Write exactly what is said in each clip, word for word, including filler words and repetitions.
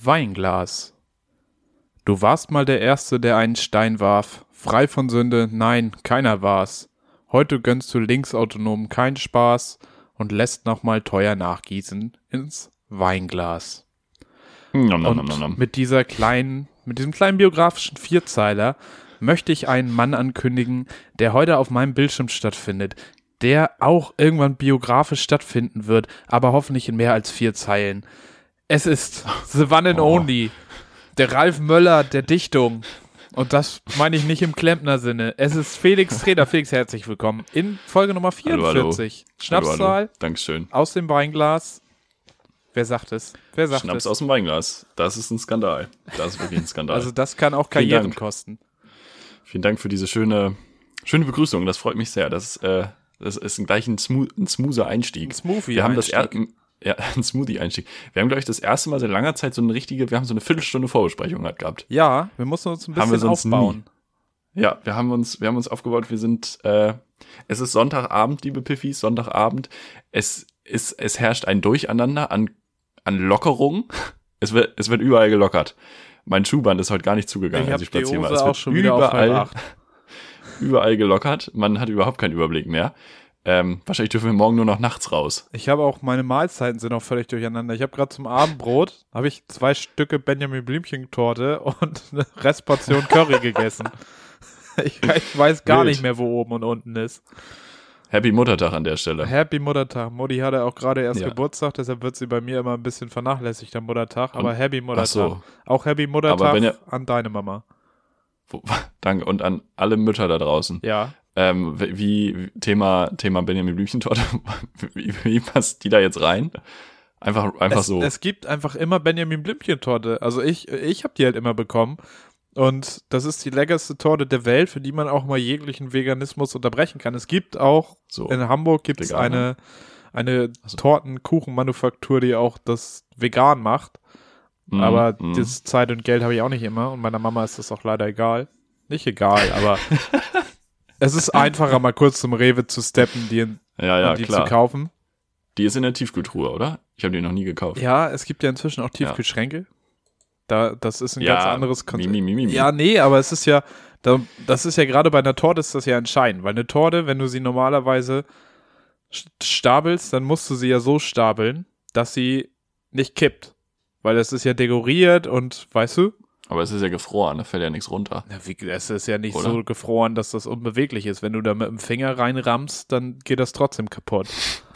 Weinglas. Du warst mal der Erste, der einen Stein warf. Frei von Sünde, nein, keiner war's. Heute gönnst du Linksautonomen keinen Spaß und lässt nochmal teuer nachgießen ins Weinglas. Nom, nom, Und nom, nom. mit dieser kleinen, mit diesem kleinen biografischen Vierzeiler möchte ich einen Mann ankündigen, der heute auf meinem Bildschirm stattfindet, der auch irgendwann biografisch stattfinden wird, aber hoffentlich in mehr als vier Zeilen. Es ist The One and Oh. Only, der Ralf Möller der Dichtung. Und das meine ich nicht im Klempner-Sinne. Es ist Felix Treder. Felix, herzlich willkommen in Folge Nummer vierundvierzig. Hallo, hallo. Schnapszahl Hallo, hallo. Dankeschön. aus dem Weinglas. Wer sagt es? Wer sagt Schnaps es? aus dem Weinglas. Das ist ein Skandal. Das ist wirklich ein Skandal. Also das kann auch Vielen Karrieren Dank. kosten. Vielen Dank für diese schöne, schöne Begrüßung. Das freut mich sehr. Das, äh, das ist gleich ein, smooth, ein smoother Einstieg. Ein Smoothie Wir haben das er- Einstieg. ja, ein Smoothie-Einstieg. Wir haben, glaube ich, das erste Mal seit langer Zeit so eine richtige, wir haben so eine Viertelstunde Vorbesprechung halt gehabt. Ja, wir mussten uns ein Haben wir bisschen sonst aufbauen. Ja, wir haben uns, wir haben uns aufgebaut. Wir sind, äh, es ist Sonntagabend, liebe Piffis, Sonntagabend. Es ist, es herrscht ein Durcheinander an, an Lockerung. Es wird, es wird überall gelockert. Mein Schuhband ist heute gar nicht zugegangen, Ich als habe ich die spazieren war. Hose Es auch wird schon wieder auf halb überall, acht. überall gelockert. Man hat überhaupt keinen Überblick mehr. Ähm, wahrscheinlich dürfen wir morgen nur noch nachts raus. Ich habe auch, meine Mahlzeiten sind auch völlig durcheinander. Ich habe gerade zum Abendbrot, habe ich zwei Stücke Benjamin Blümchen-Torte und eine Restportion Curry gegessen. Ich, ich weiß gar Wild. nicht mehr, wo oben und unten ist. Happy Muttertag an der Stelle. Happy Muttertag. Mutti hatte auch gerade erst Ja. Geburtstag, deshalb wird sie bei mir immer ein bisschen vernachlässigt am Muttertag. Aber Und- Happy Ach Muttertag. so. Auch Happy Muttertag Aber wenn ihr- an deine Mama. Wo- Danke. Und an alle Mütter da draußen. Ja. Ähm, wie, wie Thema, Thema Benjamin Blümchentorte, wie, wie passt die da jetzt rein? Einfach, einfach es, so. Es gibt einfach immer Benjamin Blümchen-Torte. Also ich, ich habe die halt immer bekommen. Und das ist die leckerste Torte der Welt, für die man auch mal jeglichen Veganismus unterbrechen kann. Es gibt auch, So. in Hamburg gibt es Vegan, eine, eine Also- Torten-Kuchen-Manufaktur, die auch das vegan macht. Mm, Aber mm. das Zeit und Geld habe ich auch nicht immer. Und meiner Mama ist das auch leider egal. Nicht egal, aber es ist einfacher, mal kurz zum Rewe zu steppen, die, in, Ja, ja, und die klar. zu kaufen. Die ist in der Tiefkühltruhe, oder? Ich habe die noch nie gekauft. Ja, es gibt ja inzwischen auch Tiefkühlschränke. Da, das ist ein Ja, ganz anderes Konzept. mi, mi, mi, mi. Ja, nee, aber es ist ja, da, das ist ja gerade bei einer Torte ist das ja entscheidend, weil eine Torte, wenn du sie normalerweise st- stapelst, dann musst du sie ja so stapeln, dass sie nicht kippt. Weil das ist ja dekoriert und, weißt du, Aber es ist ja gefroren, da fällt ja nichts runter. na, wie, es ist ja nicht Oder? so gefroren, dass das unbeweglich ist. Wenn du da mit dem Finger reinrammst, dann geht das trotzdem kaputt.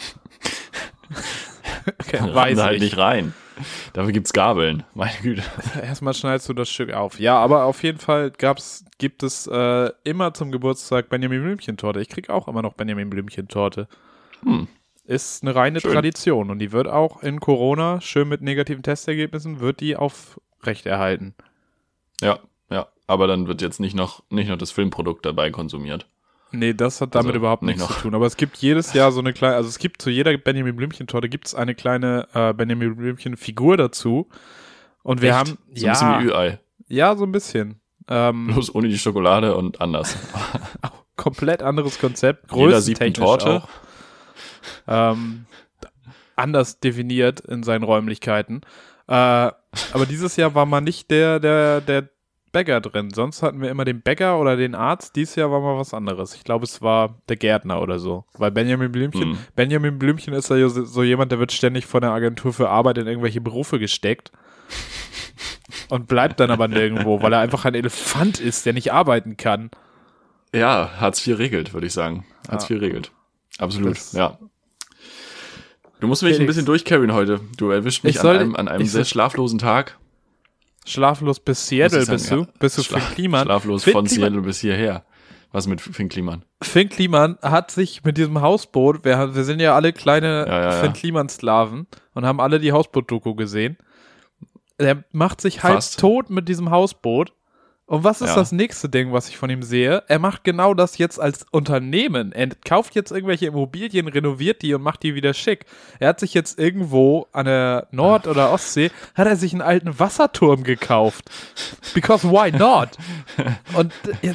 Okay, Ramm weiß da halt ich. nicht rein. Dafür gibt's Gabeln. Meine Güte. Erstmal schneidest du das Stück auf. Ja, aber auf jeden Fall gab's, gibt es äh, immer zum Geburtstag Benjamin Blümchen-Torte. Ich krieg auch immer noch Benjamin Blümchen-Torte. Hm. Ist eine reine Schön. Tradition und die wird auch in Corona, schön mit negativen Testergebnissen, wird die aufrechterhalten. Ja, ja. Aber dann wird jetzt nicht noch, nicht noch das Filmprodukt dabei konsumiert. Nee, das hat damit Also, überhaupt nicht nichts noch. zu tun. Aber es gibt jedes Jahr so eine kleine, also es gibt zu jeder Benjamin Blümchen-Torte gibt es eine kleine äh, Benjamin Blümchen-Figur dazu. Und wir Echt? haben, So ja, ein bisschen wie Ü-Ei. ja, so ein bisschen. Ähm, Bloß ohne die Schokolade und anders. komplett anderes Konzept, Jeder siebt eine größentechnisch Torte. auch. Ähm, anders definiert in seinen Räumlichkeiten. Äh, aber dieses Jahr war mal nicht der, der, der Bäcker drin. Sonst hatten wir immer den Bäcker oder den Arzt. Dieses Jahr war mal was anderes. Ich glaube, es war der Gärtner oder so. Weil Benjamin Blümchen, Hm. Benjamin Blümchen ist ja so, so jemand, der wird ständig von der Agentur für Arbeit in irgendwelche Berufe gesteckt. Und bleibt dann aber nirgendwo, weil er einfach ein Elefant ist, der nicht arbeiten kann. Ja, Hartz vier regelt, würde ich sagen. Hartz Ja. vier regelt. Absolut, Das- ja. Du musst mich Felix. ein bisschen durchcarryen heute. Du erwischst mich Ich soll- an einem, an einem ich sehr soll- schlaflosen Tag. Schlaflos bis Seattle Muss ich bist sagen, du? ja. Bist du Schla- Finn Kliman? Schlaflos Finn von Kliman- Seattle bis hierher. Was mit Finn Kliman? Finn Kliman hat sich mit diesem Hausboot, wir, wir sind ja alle kleine Ja, ja, ja. Finn Kliman-Sklaven und haben alle die Hausboot-Doku gesehen. Er macht sich halb Fast. tot mit diesem Hausboot. Und was ist Ja. das nächste Ding, was ich von ihm sehe? Er macht genau das jetzt als Unternehmen. Er kauft jetzt irgendwelche Immobilien, renoviert die und macht die wieder schick. Er hat sich jetzt irgendwo an der Nord- oder Ostsee, hat er sich einen alten Wasserturm gekauft. Because why not? Und jetzt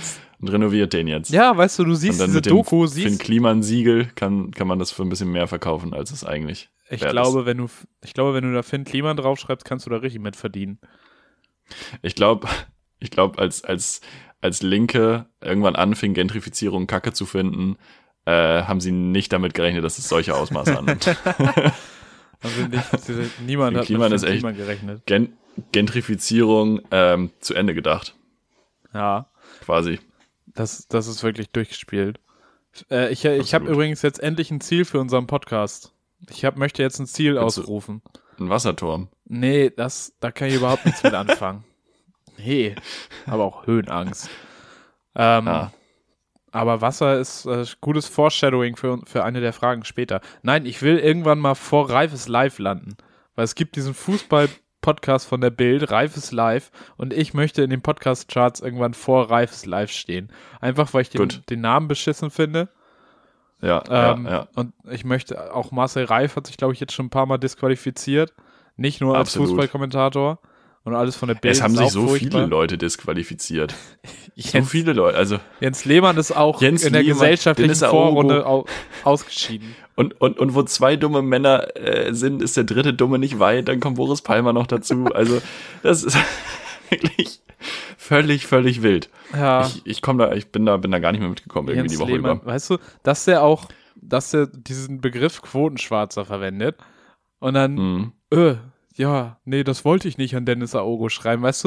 und renoviert den jetzt. Ja, weißt du, du Und siehst dann diese mit dem Doku, Finn siehst Kliman-Siegel kann, kann man das für ein bisschen mehr verkaufen, als es eigentlich ich wert glaube, ist. wenn du ich glaube, wenn du da Finn Kliman draufschreibst, kannst du da richtig mit verdienen. Ich glaube, ich glaube, als, als, als Linke irgendwann anfing, Gentrifizierung Kacke zu finden, äh, haben sie nicht damit gerechnet, dass es solche Ausmaße annimmt. Also nicht, niemand Finn hat Kliman mit ist Finn echt- Kliman gerechnet. Gen Gentrifizierung ähm, zu Ende gedacht, Ja, quasi. das, das ist wirklich durchgespielt. Äh, ich ich habe Absolut. übrigens jetzt endlich ein Ziel für unseren Podcast. Ich hab, möchte jetzt ein Ziel Willst du- ausrufen. Ein Wasserturm. Nee, das, da kann ich überhaupt nichts mit anfangen. Nee, aber auch Höhenangst. Ähm, Ah. Aber Wasser ist äh, gutes Foreshadowing für, für eine der Fragen später. Nein, ich will irgendwann mal vor Reifes Live landen. Weil es gibt diesen Fußball-Podcast von der Bild, Reifes Live, und ich möchte in den Podcast-Charts irgendwann vor Reifes Live stehen. Einfach, weil ich den, Gut. den Namen beschissen finde. Ja, Ähm, ja, ja. Und ich möchte, auch Marcel Reif hat sich, glaube ich, jetzt schon ein paar Mal disqualifiziert. Nicht nur als Absolut. Fußballkommentator. Und alles von der Bild Es haben ist sich auch so furchtbar. viele Leute disqualifiziert. So Jens, viele Leute. Also Jens Lehmann ist auch Jens in der Lehmann, gesellschaftlichen Dennis Aogo. Vorrunde au ausgeschieden. und, und, und wo zwei dumme Männer äh, sind, ist der dritte Dumme nicht weit. Dann kommt Boris Palmer noch dazu. Also das ist wirklich völlig, völlig wild. Ja, Ich, ich komme da, ich bin da, bin da gar nicht mehr mitgekommen irgendwie Jens die Woche Lehmann, über. weißt du, dass der auch, dass der diesen Begriff Quotenschwarzer verwendet und dann, Mhm. äh, ja, nee, das wollte ich nicht an Dennis Aogo schreiben, weißt du?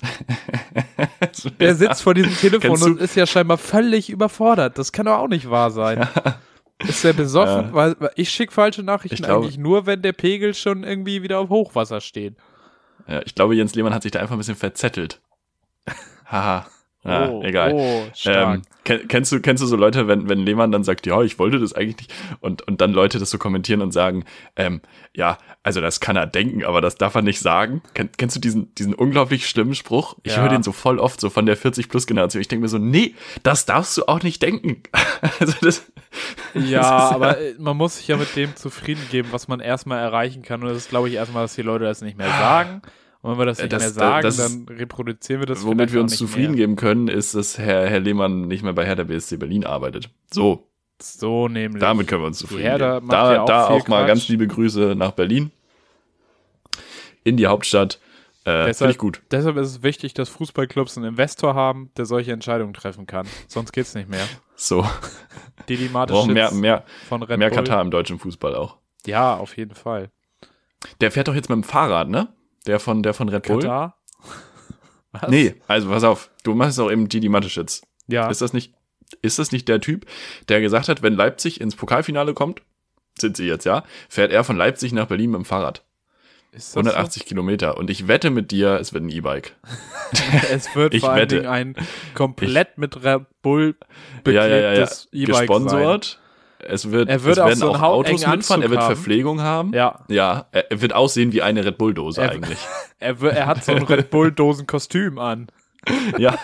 Der sitzt vor diesem Telefon Kennst du- und ist ja scheinbar völlig überfordert. Das kann doch auch nicht wahr sein. Ist der besoffen? Ja. Weil, weil ich schicke falsche Nachrichten Ich glaube- eigentlich nur, wenn der Pegel schon irgendwie wieder auf Hochwasser steht. Ja, ich glaube, Jens Lehmann hat sich da einfach ein bisschen verzettelt. Haha. Ja, oh, egal. Oh, stark. Ähm, kenn, kennst du, kennst du so Leute, wenn, wenn Lehmann dann sagt, ja, ich wollte das eigentlich nicht, und, und dann Leute das so kommentieren und sagen, ähm, ja, also das kann er denken, aber das darf er nicht sagen. Kenn, kennst du diesen, diesen unglaublich schlimmen Spruch? Ich Ja. höre den so voll oft, so von der vierzig-Plus-Generation. Ich denke mir so, nee, das darfst du auch nicht denken. Also das, Ja, das ist aber äh, man muss sich ja mit dem zufrieden geben, was man erstmal erreichen kann. Und das ist, glaube ich, erstmal, dass die Leute das nicht mehr sagen. Und wenn wir das nicht Das- mehr sagen, das- dann reproduzieren wir das womit vielleicht wir auch uns nicht zufrieden mehr. geben können, ist, dass Herr, Herr Lehmann nicht mehr bei Hertha B S C Berlin arbeitet. So, So nämlich. damit können wir uns zufrieden Hertha geben. macht Da, ja auch da viel auch mal Quatsch. ganz liebe Grüße nach Berlin. In die Hauptstadt. Äh, Finde Deshalb, ich gut. deshalb ist es wichtig, dass Fußballclubs einen Investor haben, der solche Entscheidungen treffen kann. Sonst geht's nicht mehr. So, Didi wir brauchen mehr, Mateschitz mehr, von Red mehr Bull. Katar im deutschen Fußball auch. Ja, auf jeden Fall. Der fährt doch jetzt mit dem Fahrrad, ne? Der von, der von Red Bull. Katar? Was? Nee, also pass auf, du machst auch eben Didi Mateschitz. Ja. Ist das nicht, ist das nicht der Typ, der gesagt hat, wenn Leipzig ins Pokalfinale kommt, sind sie jetzt, ja, fährt er von Leipzig nach Berlin mit dem Fahrrad. Ist das hundertachtzig Kilometer. Und ich wette mit dir, es wird ein E-Bike. so? Es wird Ich vor allen wette. Dingen ein komplett mit Red Bull Ja, ja, ja, ja. beklebtes E-Bike sein. Gesponsort. Es wird, Er wird es auch werden so einen auch hautengen Autos mitfahren, er Anzug wird haben. Verpflegung haben. Ja. Ja, er er wird aussehen wie eine Red Bull-Dose Er- eigentlich. Er, wir- er hat so ein Red Bull-Dosen-Kostüm an. Ja,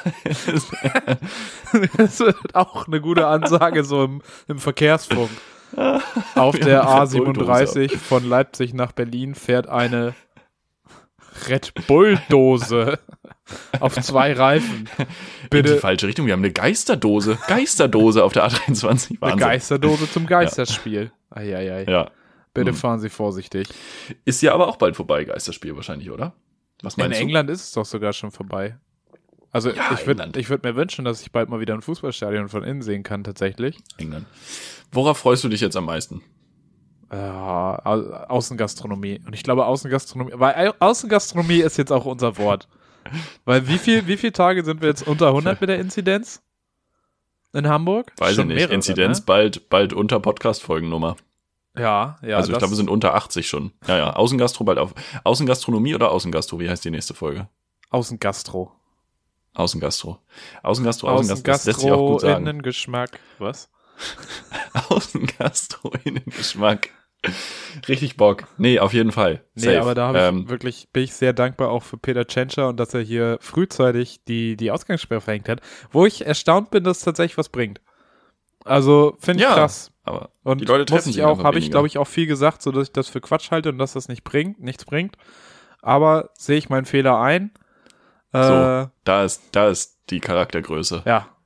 Das wird auch eine gute Ansage so im, im Verkehrsfunk. Auf Wir der haben A Red Bull-Dose. siebenunddreißig von Leipzig nach Berlin fährt eine Red Bull-Dose auf zwei Reifen. in die Bitte falsche Richtung. Wir haben eine Geisterdose. Geisterdose auf der A dreiundzwanzig. eine Wahnsinn. Geisterdose zum Geisterspiel. Eieiei. Ja. Bitte Hm. fahren Sie vorsichtig. Ist ja aber auch bald vorbei, Geisterspiel wahrscheinlich, oder? Was In meinst du? England ist es doch sogar schon vorbei. Also Ja, ich würde England. ich würd mir wünschen, dass ich bald mal wieder ein Fußballstadion von innen sehen kann, tatsächlich. England. Worauf freust du dich jetzt am meisten? Ja, Au- Außengastronomie. Und ich glaube, Außengastronomie, weil Au- Außengastronomie ist jetzt auch unser Wort. Weil wie viel, wie viele Tage sind wir jetzt unter hundert mit der Inzidenz? In Hamburg? Weiß Schon ich nicht. mehrere, Inzidenz Ne? bald, bald unter Podcast-Folgennummer. Ja, ja. also ich das- glaube, wir sind unter achtzig schon. Ja, ja. Außengastro bald auf. Außengastronomie oder Außengastro? Wie heißt die nächste Folge? Außengastro. Außengastro. Außengastro, Außengastro. Das lässt sich auch Außengastro, gut sagen. Innengeschmack. Was? Außengastro, Innengeschmack. Richtig Bock. Nee, auf jeden Fall. Nee, Safe. aber da habe ich ähm, wirklich, bin ich sehr dankbar auch für Peter Tschentscher und dass er hier frühzeitig die, die Ausgangssperre verhängt hat, wo ich erstaunt bin, dass es tatsächlich was bringt. Also, finde ich Ja, krass. aber Und die Leute muss treffen ich sich auch, einfach habe ich, weniger. glaube ich, auch viel gesagt, so dass ich das für Quatsch halte und dass das nicht bringt, nichts bringt. Aber sehe ich meinen Fehler ein. Äh, So, da ist, da ist die Charaktergröße. Ja,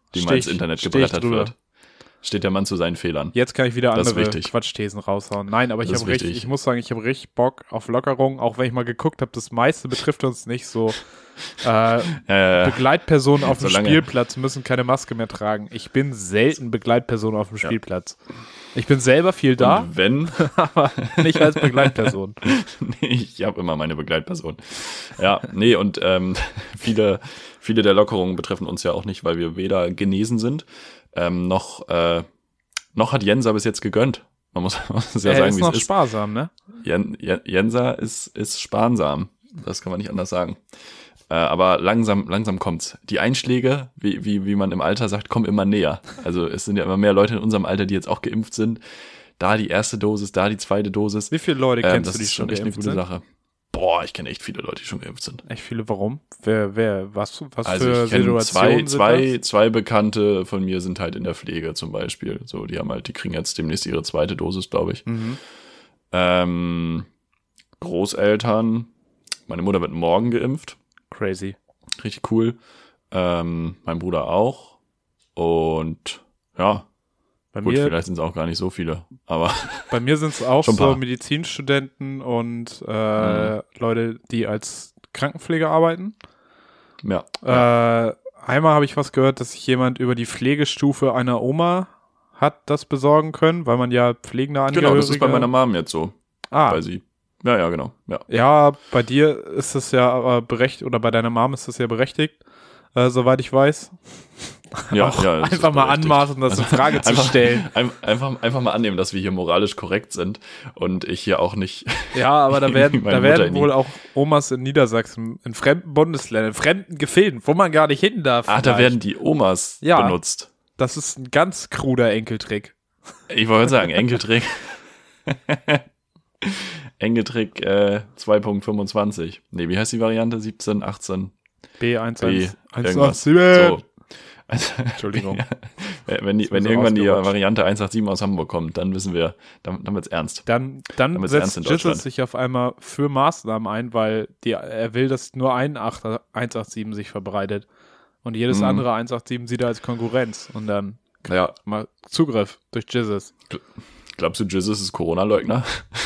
die Steh mal ins ich- Internet steh ich gebrettert drüber. wird. Steht der Mann zu seinen Fehlern. Jetzt kann ich wieder Das ist andere wichtig. Quatschthesen raushauen. Nein, aber ich Das ist habe richtig, wichtig. ich muss sagen, ich habe richtig Bock auf Lockerung, auch wenn ich mal geguckt habe, das meiste betrifft uns nicht so. Äh, Äh, Begleitpersonen auf dem Solange- Spielplatz müssen keine Maske mehr tragen. Ich bin selten Begleitperson auf dem Spielplatz. Ich bin selber viel da, Und wenn, aber nicht als Begleitperson. nee, ich habe immer meine Begleitperson. Ja, nee, und ähm, viele, viele der Lockerungen betreffen uns ja auch nicht, weil wir weder genesen sind, ähm, noch, äh, noch hat Jensa bis jetzt gegönnt. Man muss, man muss ja Er sagen, ist wie noch es ist. sparsam, ne? Jen, Jen, Jensa ist, ist sparsam. Das kann man nicht anders sagen. Äh, aber langsam, langsam kommt's. Die Einschläge, wie, wie, wie man im Alter sagt, kommen immer näher. Also es sind ja immer mehr Leute in unserem Alter, die jetzt auch geimpft sind. Da die erste Dosis, da die zweite Dosis. Wie viele Leute Ähm, kennst das du, die ist schon schon echt eine geimpft gute sind? Sache. Boah, ich kenne echt viele Leute, die schon geimpft sind. Echt viele, warum? Wer, wer, was, was Also für ich kenne Situationen zwei, sind zwei, zwei Bekannte von mir sind halt in der Pflege zum Beispiel. So, die haben halt, die kriegen jetzt demnächst ihre zweite Dosis, glaube ich. das? Mhm. Ähm, Großeltern, meine Mutter wird morgen geimpft. Crazy. Richtig cool. Ähm, mein Bruder auch. Und ja, Bei gut, mir, vielleicht sind es auch gar nicht so viele. Aber bei mir sind es auch Schon ein so paar. Medizinstudenten und äh, Mhm. Leute, die als Krankenpfleger arbeiten. ja, Äh, einmal habe ich was gehört, dass sich jemand über die Pflegestufe einer Oma hat das besorgen können, weil man ja pflegende Angehörige... genau, das ist bei meiner Mom jetzt so. Ah, Weil sie, ja, ja, genau. Ja. ja, bei dir ist es ja aber berechtigt, oder bei deiner Mom ist es ja berechtigt, äh, soweit ich weiß. Ja, Auch ja, das ist einfach mal berechtigt. anmaßen, das in Frage zu einfach, stellen. ein- Einfach, einfach mal annehmen, dass wir hier moralisch korrekt sind und ich hier auch nicht. Ja, aber da werden, Meine da Mutter werden nie. wohl auch Omas in Niedersachsen, in fremden Bundesländern, in fremden Gefilden, wo man gar nicht hin darf. Ach, da vielleicht. werden die Omas Ja. benutzt. Das ist ein ganz kruder Enkeltrick. Ich wollte sagen, Enkeltrick. Enkeltrick äh, zwei Punkt fünfundzwanzig. Nee, wie heißt die Variante? siebzehn, achtzehn, B eins B, eins irgendwas. sieben. So. Also, Entschuldigung. ja, wenn die, Ist mir wenn so irgendwann die ausgerutscht. Variante eins acht sieben aus Hamburg kommt, dann wissen wir, dann, dann wird's ernst. Dann, dann Damit ist ernst setzt in Jesus Deutschland. sich auf einmal für Maßnahmen ein, weil die, er will, dass nur ein eins acht sieben sich verbreitet. Und jedes Mhm. andere eins acht sieben sieht er als Konkurrenz. Und dann Ja, mal Zugriff durch Jesus. glaubst du, Jesus ist Corona-Leugner?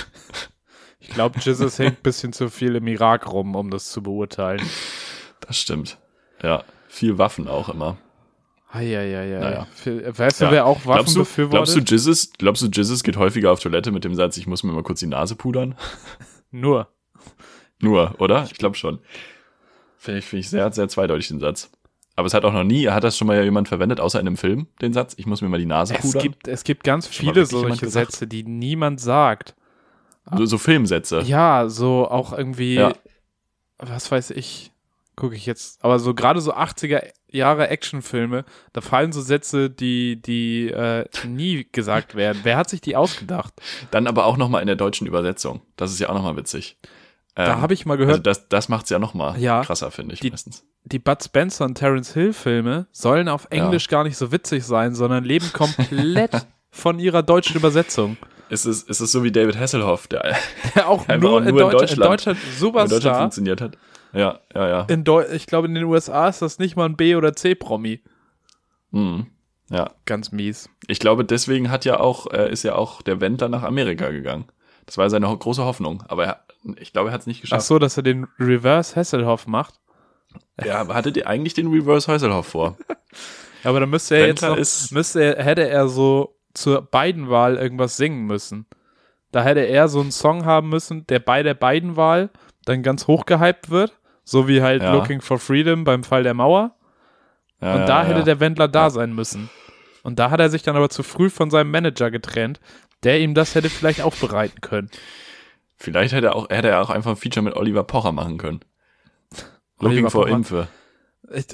Ich glaube, Jesus hängt ein bisschen zu viel im Irak rum, um das zu beurteilen. Das stimmt. Ja, viel Waffen auch immer. Eieiei. Naja. Weißt du, Ja. wer auch Waffen Glaubst du, befürwortet? glaubst du, Jesus, glaubst du, Jesus geht häufiger auf Toilette mit dem Satz, ich muss mir mal kurz die Nase pudern? Nur. Nur, oder? Ich glaube schon. Finde ich, finde ich sehr, sehr zweideutig, den Satz. Aber es hat auch noch nie, hat das schon mal jemand verwendet, außer in einem Film, den Satz, ich muss mir mal die Nase Es pudern? gibt, es gibt ganz Schon mal viele wirklich jemand solche gesagt? Sätze, die niemand sagt. So, so Filmsätze. Ja, so auch irgendwie, Ja. was weiß ich, gucke ich jetzt, aber so gerade so achtziger Jahre Actionfilme, da fallen so Sätze, die, die äh, nie gesagt werden. Wer hat sich die ausgedacht? Dann aber auch nochmal in der deutschen Übersetzung. Das ist ja auch nochmal witzig. Da habe ich mal gehört, Also das, das macht's ja nochmal Ja. krasser, finde ich Die- meistens. die Bud Spencer und Terence Hill Filme sollen auf Englisch gar nicht so witzig sein, sondern leben komplett von ihrer deutschen Übersetzung. Ist es, ist es so wie David Hasselhoff, der Der auch Einfach nur, auch in, nur in Deutschland, in Deutschland. Deutschland in Deutschland Superstar. funktioniert hat. Ja, ja, ja. In Deu ich glaube, in den U S A ist das nicht mal ein B- oder C-Promi. Mhm. Ja. Ganz mies. Ich glaube, deswegen hat ja auch, äh, ist ja auch der Wendler nach Amerika gegangen. Das war seine ho- große Hoffnung. Aber er, ich glaube, er hat es nicht Ach geschafft. so, dass er den Reverse Hasselhoff macht. Ja, aber hattet ihr eigentlich den Reverse Hasselhoff vor? Aber dann müsste er Wendler jetzt ist- noch, müsste er, hätte er so zur Biden-Wahl irgendwas singen müssen. Da hätte er so einen Song haben müssen, der bei der Biden-Wahl dann ganz hoch gehypt wird. So wie halt Ja. Looking for Freedom beim Fall der Mauer. Ja, Und ja, da ja. hätte der Wendler da sein müssen. Und da hat er sich dann aber zu früh von seinem Manager getrennt, der ihm das hätte vielleicht auch bereiten können. Vielleicht hätte er auch, hätte er auch einfach ein Feature mit Oliver Pocher machen können. Looking Oliver for Pocher? Impfe. Ich,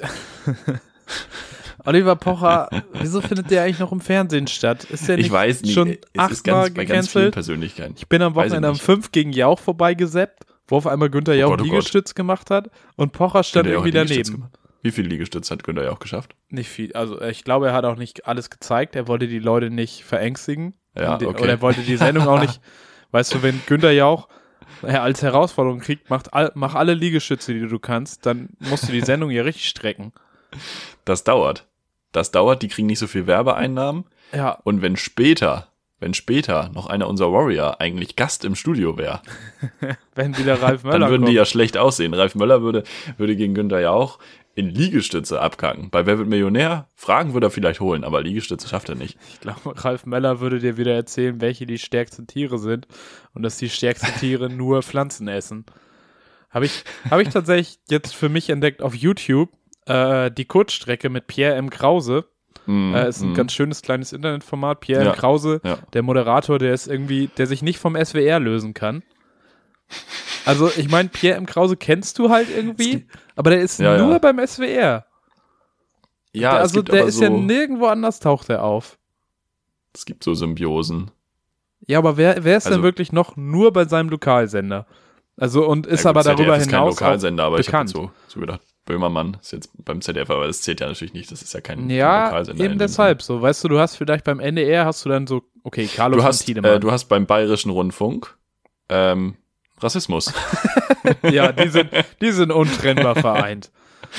Oliver Pocher, wieso findet der eigentlich noch im Fernsehen statt? Ist der nicht Ich weiß nicht, schon es ist achtmal ganz, bei ganz vielen gecancelt? Persönlichkeiten. Ich bin am Weiß ich Wochenende um nicht. fünf gegen Jauch vorbeigesappt, wo auf einmal Günther Jauch Gott, oh Liegestütz gemacht hat und Pocher stand Günther Jauch irgendwie hat Liegestütz daneben. gemacht. Wie viele Liegestütze hat Günther Jauch geschafft? Nicht viel. Also ich glaube, er hat auch nicht alles gezeigt. Er wollte die Leute nicht verängstigen. Ja, Und die, okay. Oder er wollte die Sendung auch nicht. Weißt du, wenn Günther Jauch er als Herausforderung kriegt, macht all, mach alle Liegestütze, die du kannst, dann musst du die Sendung ja richtig strecken. Das dauert. das dauert, die kriegen nicht so viel Werbeeinnahmen. Ja. Und wenn später, wenn später noch einer unserer Warrior eigentlich Gast im Studio wäre, wenn wieder Ralf Möller dann würden kommt. die ja schlecht aussehen. Ralf Möller würde, würde gegen Günther Jauch in Liegestütze abkacken. Bei Wer wird Millionär? Fragen würde er vielleicht holen, aber Liegestütze schafft er nicht. Ich glaube, Ralf Möller würde dir wieder erzählen, welche die stärksten Tiere sind und dass die stärksten Tiere nur Pflanzen essen. Habe ich, hab ich tatsächlich jetzt für mich entdeckt auf YouTube äh, die Kurzstrecke mit Pierre M. Krause. Mm, äh, ist ein mm. ganz schönes kleines Internetformat. Pierre Ja, M. Krause, ja. der Moderator, der ist irgendwie, der sich nicht vom S W R lösen kann. Also ich meine, Pierre M. Krause kennst du halt irgendwie, aber der ist Ja, nur ja. beim S W R. Ja, Der, es also gibt der aber ist so, ja nirgendwo anders taucht er auf. es gibt so Symbiosen. Ja, aber wer, wer ist Also- denn wirklich noch nur bei seinem Lokalsender? Also und ist Ja, gut, aber Z D F darüber ist kein hinaus Lokalsender, aber auch ich habe bekannt. so, so gedacht, Böhmermann ist jetzt beim Z D F, aber das zählt ja natürlich nicht, das ist ja kein, kein Ja, Lokalsender. in eben dem deshalb so. Weißt du, du hast vielleicht beim N D R hast du dann so, okay, Carlo Du von hast, Tiedemann. äh, du hast beim Bayerischen Rundfunk ähm, Rassismus. Ja, die sind, die sind untrennbar vereint.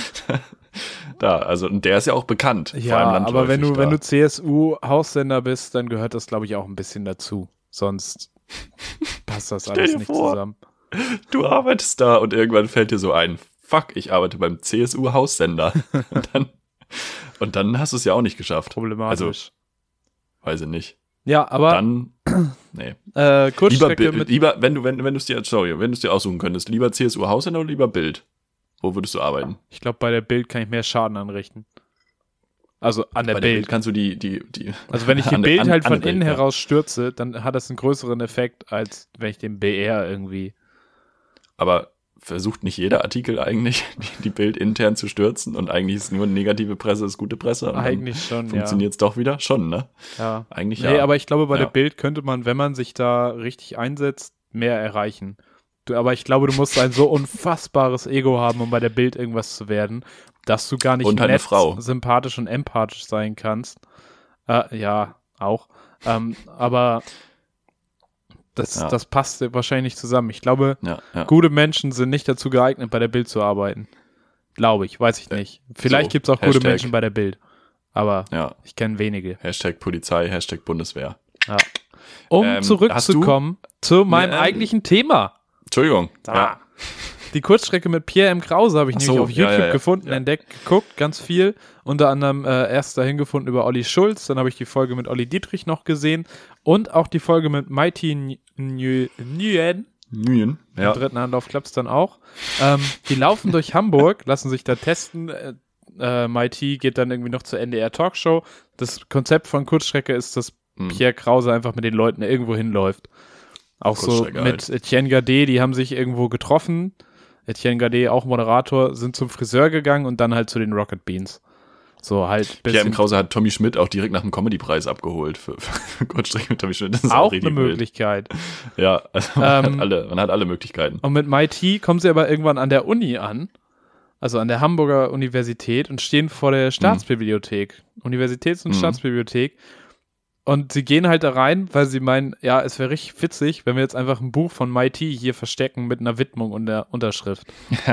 Da, also und der ist ja auch bekannt. vor Ja, allem aber wenn du, landläufig wenn da. du C S U-Haussender bist, dann gehört das, glaube ich, auch ein bisschen dazu. Sonst passt das alles dir nicht vor. zusammen. Du arbeitest da und irgendwann fällt dir so ein, fuck, ich arbeite beim C S U-Haussender. und, dann, und dann hast du es ja auch nicht geschafft. Problematisch. Also, weiß ich nicht. ja, aber Dann, nee. äh, Lieber, Kurzstrecke Bi- mit lieber wenn du, wenn, wenn du es dir, sorry, wenn du es dir aussuchen könntest, lieber C S U-Haussender oder lieber Bild? Wo würdest du arbeiten? Ich glaube, bei der Bild kann ich mehr Schaden anrichten. Also an der Bei der Bild. Bild kannst du die, die, die. Also wenn ich die an der- Bild an- halt an von der innen Bild, ja. heraus stürze, dann hat das einen größeren Effekt, als wenn ich den B R irgendwie. Aber versucht nicht jeder Artikel eigentlich, die, die Bild intern zu stürzen und eigentlich ist nur negative Presse, ist gute Presse. Und Eigentlich schon, dann funktioniert es doch wieder? Schon, ne? ja. ja. Eigentlich Nee, ja. aber ich glaube, bei Ja. der Bild könnte man, wenn man sich da richtig einsetzt, mehr erreichen. Du, aber ich glaube, du musst ein so unfassbares Ego haben, um bei der Bild irgendwas zu werden, dass du gar nicht Und halt eine nett, Frau. sympathisch und empathisch sein kannst. Äh, ja, auch. Ähm, aber das, Ja. das passt wahrscheinlich nicht zusammen. Ich glaube, ja, ja. gute Menschen sind nicht dazu geeignet, bei der Bild zu arbeiten. Glaube ich, weiß ich nicht. Vielleicht so, gibt es auch gute Hashtag. Menschen bei der Bild. Aber ja. ich kenne wenige. Hashtag Polizei, Hashtag Bundeswehr. Ja. Um Ähm, zurückzukommen zu meinem Ähm, eigentlichen Thema. Entschuldigung. Ja. Die Kurzstrecke mit Pierre M. Krause habe ich Ach nämlich so, auf ja, YouTube ja, ja. gefunden, Ja. entdeckt, geguckt, ganz viel. Unter anderem äh, erst dahin gefunden über Olli Schulz, dann habe ich die Folge mit Olli Dietrich noch gesehen und auch die Folge mit Mighty Nguyen. Nguyen. Mühen. Im Ja. dritten Anlauf klappt es dann auch. Ähm, die laufen durch Hamburg, lassen sich da testen. Äh, äh, Mighty geht dann irgendwie noch zur N D R Talkshow. Das Konzept von Kurzstrecke ist, dass Hm. Pierre Krause einfach mit den Leuten irgendwo hinläuft. Auch so Kurzstrecke mit halt. Etienne Gade, die haben sich irgendwo getroffen. Etienne Gade, auch Moderator, sind zum Friseur gegangen und dann halt zu den Rocket Beans. So halt Pierre M. bisschen Krause hat Tommy Schmidt auch direkt nach dem Comedy-Preis abgeholt für, für Kurzstrecke mit Tommy Schmidt. Das ist auch richtig eine wild. Möglichkeit. Ja, also man, Ähm, hat alle, man hat alle Möglichkeiten. Und mit Mighty kommen sie aber irgendwann an der Uni an, also an der Hamburger Universität und stehen vor der Staatsbibliothek, Universitäts- und Mhm. Staatsbibliothek. Und sie gehen halt da rein, weil sie meinen, ja, es wäre richtig witzig, wenn wir jetzt einfach ein Buch von Mighty hier verstecken mit einer Widmung und der Unterschrift.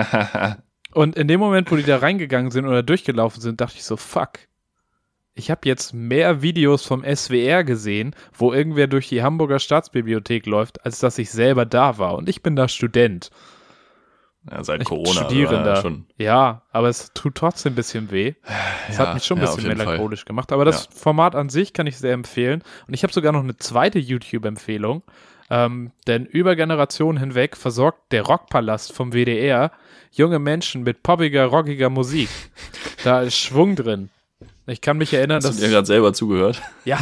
Und in dem Moment, wo die da reingegangen sind oder durchgelaufen sind, dachte ich so, fuck. Ich habe jetzt mehr Videos vom S W R gesehen, wo irgendwer durch die Hamburger Staatsbibliothek läuft, als dass ich selber da war. Und ich bin da Student. Ja, seit Ich Corona. Studierender. Ja, schon. Ja, aber es tut trotzdem ein bisschen weh. Es Ja, hat mich schon ein ja, auf bisschen jeden melancholisch gemacht. Aber das Format an sich kann ich sehr empfehlen. Und ich habe sogar noch eine zweite YouTube-Empfehlung. Ähm, denn über Generationen hinweg versorgt der Rockpalast vom W D R junge Menschen mit poppiger, rockiger Musik. Da ist Schwung drin. Ich kann mich erinnern, Hast dass... du dir gerade selber zugehört? Ja.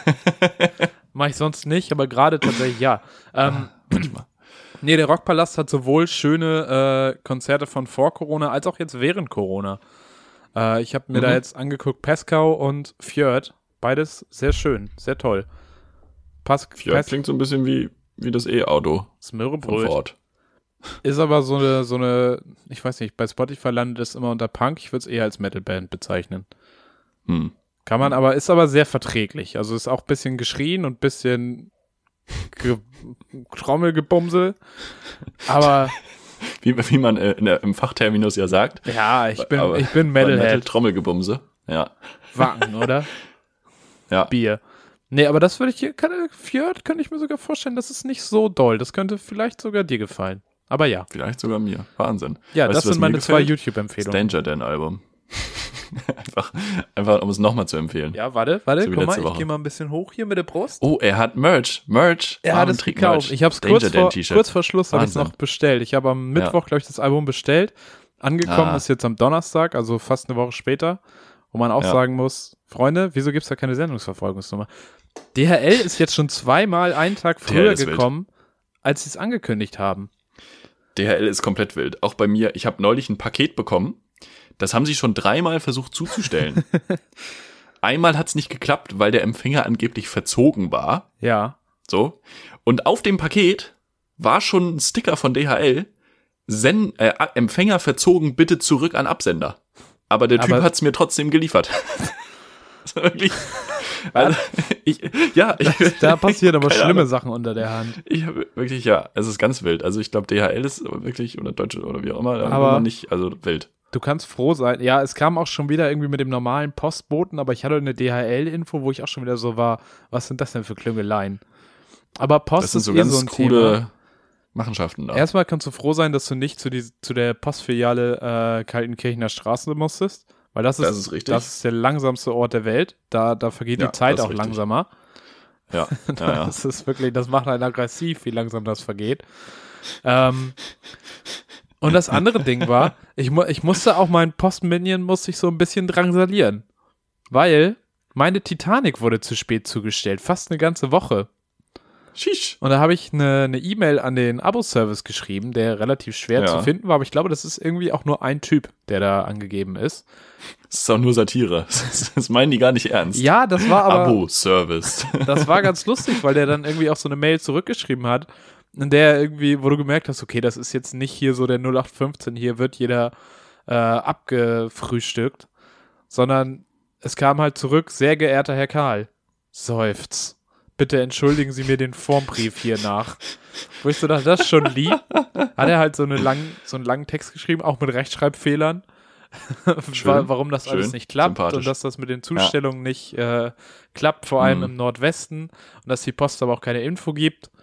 Mache ich sonst nicht, aber gerade tatsächlich ja. Ähm, Manchmal. Nee, der Rockpalast hat sowohl schöne äh, Konzerte von vor Corona als auch jetzt während Corona. Äh, ich habe mir Mhm. da jetzt angeguckt, Pascal und Fjord. Beides sehr schön, sehr toll. Pas Ja, Pas klingt so ein bisschen wie, wie das E-Auto von Smörrebröt. Ford. Ist aber so eine, so eine, ich weiß nicht, bei Spotify landet es immer unter Punk. Ich würde es eher als Metalband bezeichnen. Hm. Kann man aber, ist aber sehr verträglich. Also ist auch ein bisschen geschrien und ein bisschen ge Trommelgebumsel. Aber Wie, wie man äh, in der, im Fachterminus ja sagt. ja, ich bin, Aber- ich bin Metal Metalhead. Trommelgebumse. Ja. Wacken, oder? Ja. Bier. Nee, aber das würde ich, kann, Fjord könnte ich mir sogar vorstellen, das ist nicht so doll. Das könnte vielleicht sogar dir gefallen. Aber ja. Vielleicht sogar mir. Wahnsinn. Ja, weißt das du, was sind meine mir zwei gefällt? YouTube-Empfehlungen. Das Danger Dan-Album. einfach, einfach, um es nochmal zu empfehlen. Ja, warte, warte, So wie guck mal, letzte ich Woche. gehe mal ein bisschen hoch hier mit der Brust. Oh, er hat Merch. Merch. Er hat es gekauft. Ich habe es kurz, vor, kurz vor Schluss habe ich es noch bestellt. Ich habe am Mittwoch, glaube ich, das Album bestellt. Angekommen Ah. ist jetzt am Donnerstag, also fast eine Woche später. Wo man auch Ja. sagen muss, Freunde, wieso gibt es da keine Sendungsverfolgungsnummer? D H L ist jetzt schon zweimal einen Tag früher D H L ist gekommen, als sie es angekündigt haben. D H L ist komplett wild. Auch bei mir. Ich habe neulich ein Paket bekommen. Das haben sie schon dreimal versucht zuzustellen. Einmal hat es nicht geklappt, weil der Empfänger angeblich verzogen war. Ja. So. Und auf dem Paket war schon ein Sticker von D H L. Sen äh, Empfänger verzogen, bitte zurück an Absender. Aber der Typ Aber- hat es mir trotzdem geliefert. Das war wirklich. Also, ich, ja, ich, Da passieren aber keine schlimme Ahnung. Sachen unter der Hand. Ich habe wirklich, ja, es ist ganz wild. Also ich glaube, D H L ist wirklich, oder Deutsche oder wie auch immer, Aber- aber nicht, also wild. Du kannst froh sein. Ja, es kam auch schon wieder irgendwie mit dem normalen Postboten, aber ich hatte eine D H L-Info, wo ich auch schon wieder so war, was sind das denn für Klüngeleien? Aber Post Das sind ist so eh ganz so ein coole Thema. Machenschaften da. Erstmal kannst du froh sein, dass du nicht zu, die, zu der Postfiliale äh, Kaltenkirchener Straße musstest, weil das ist, Das ist richtig. das ist der langsamste Ort der Welt. Da, da vergeht Ja, die Zeit das ist auch richtig. langsamer. Ja, ja, ja. Das ist wirklich, das macht einen aggressiv, wie langsam das vergeht. Ähm, und das andere Ding war, ich, mu ich musste auch meinen Postminion musste ich so ein bisschen drangsalieren, weil meine Titanic wurde zu spät zugestellt, fast eine ganze Woche. Shish. Und da habe ich eine eine E-Mail an den Abo-Service geschrieben, der relativ schwer Ja. zu finden war, aber ich glaube, das ist irgendwie auch nur ein Typ, der da angegeben ist. Das ist auch nur Satire. Das, das meinen die gar nicht ernst. Ja, das war aber, Abo-Service. das war ganz lustig, weil der dann irgendwie auch so eine Mail zurückgeschrieben hat, in der irgendwie, wo du gemerkt hast, okay, das ist jetzt nicht hier so der null acht fünfzehn, hier wird jeder äh, abgefrühstückt, sondern es kam halt zurück, sehr geehrter Herr Karl, seufz. Bitte entschuldigen Sie mir den Formbrief hier nach. Wo ich so dachte, das ist schon lieb. Hat er halt so, eine lang, so einen langen Text geschrieben, auch mit Rechtschreibfehlern. Schön, Warum das schön, alles nicht klappt sympathisch. und dass das mit den Zustellungen nicht äh, klappt, vor allem Mhm. im Nordwesten. Und dass die Post aber auch keine Info gibt.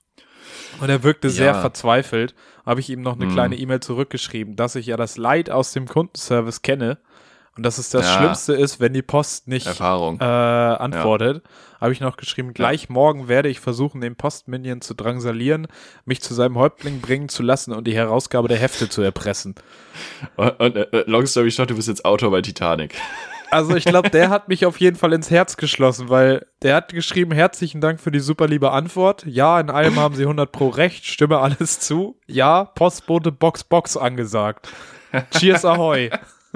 Und er wirkte sehr Ja. verzweifelt. Habe ich ihm noch eine Mhm. kleine E-Mail zurückgeschrieben, dass ich ja das Leid aus dem Kundenservice kenne. Und dass es das Ja. Schlimmste ist, wenn die Post nicht Erfahrung. äh, antwortet, habe ich noch geschrieben, gleich morgen werde ich versuchen, den Postminion zu drangsalieren, mich zu seinem Häuptling bringen zu lassen und die Herausgabe der Hefte zu erpressen. Und, und äh, long story short, du bist jetzt Autor bei Titanic. Also ich glaube, der hat mich auf jeden Fall ins Herz geschlossen, weil der hat geschrieben, herzlichen Dank für die super liebe Antwort. Ja, in allem haben Sie hundert pro recht, stimme alles zu. Ja, Postbote Box Box angesagt. Cheers Ahoy.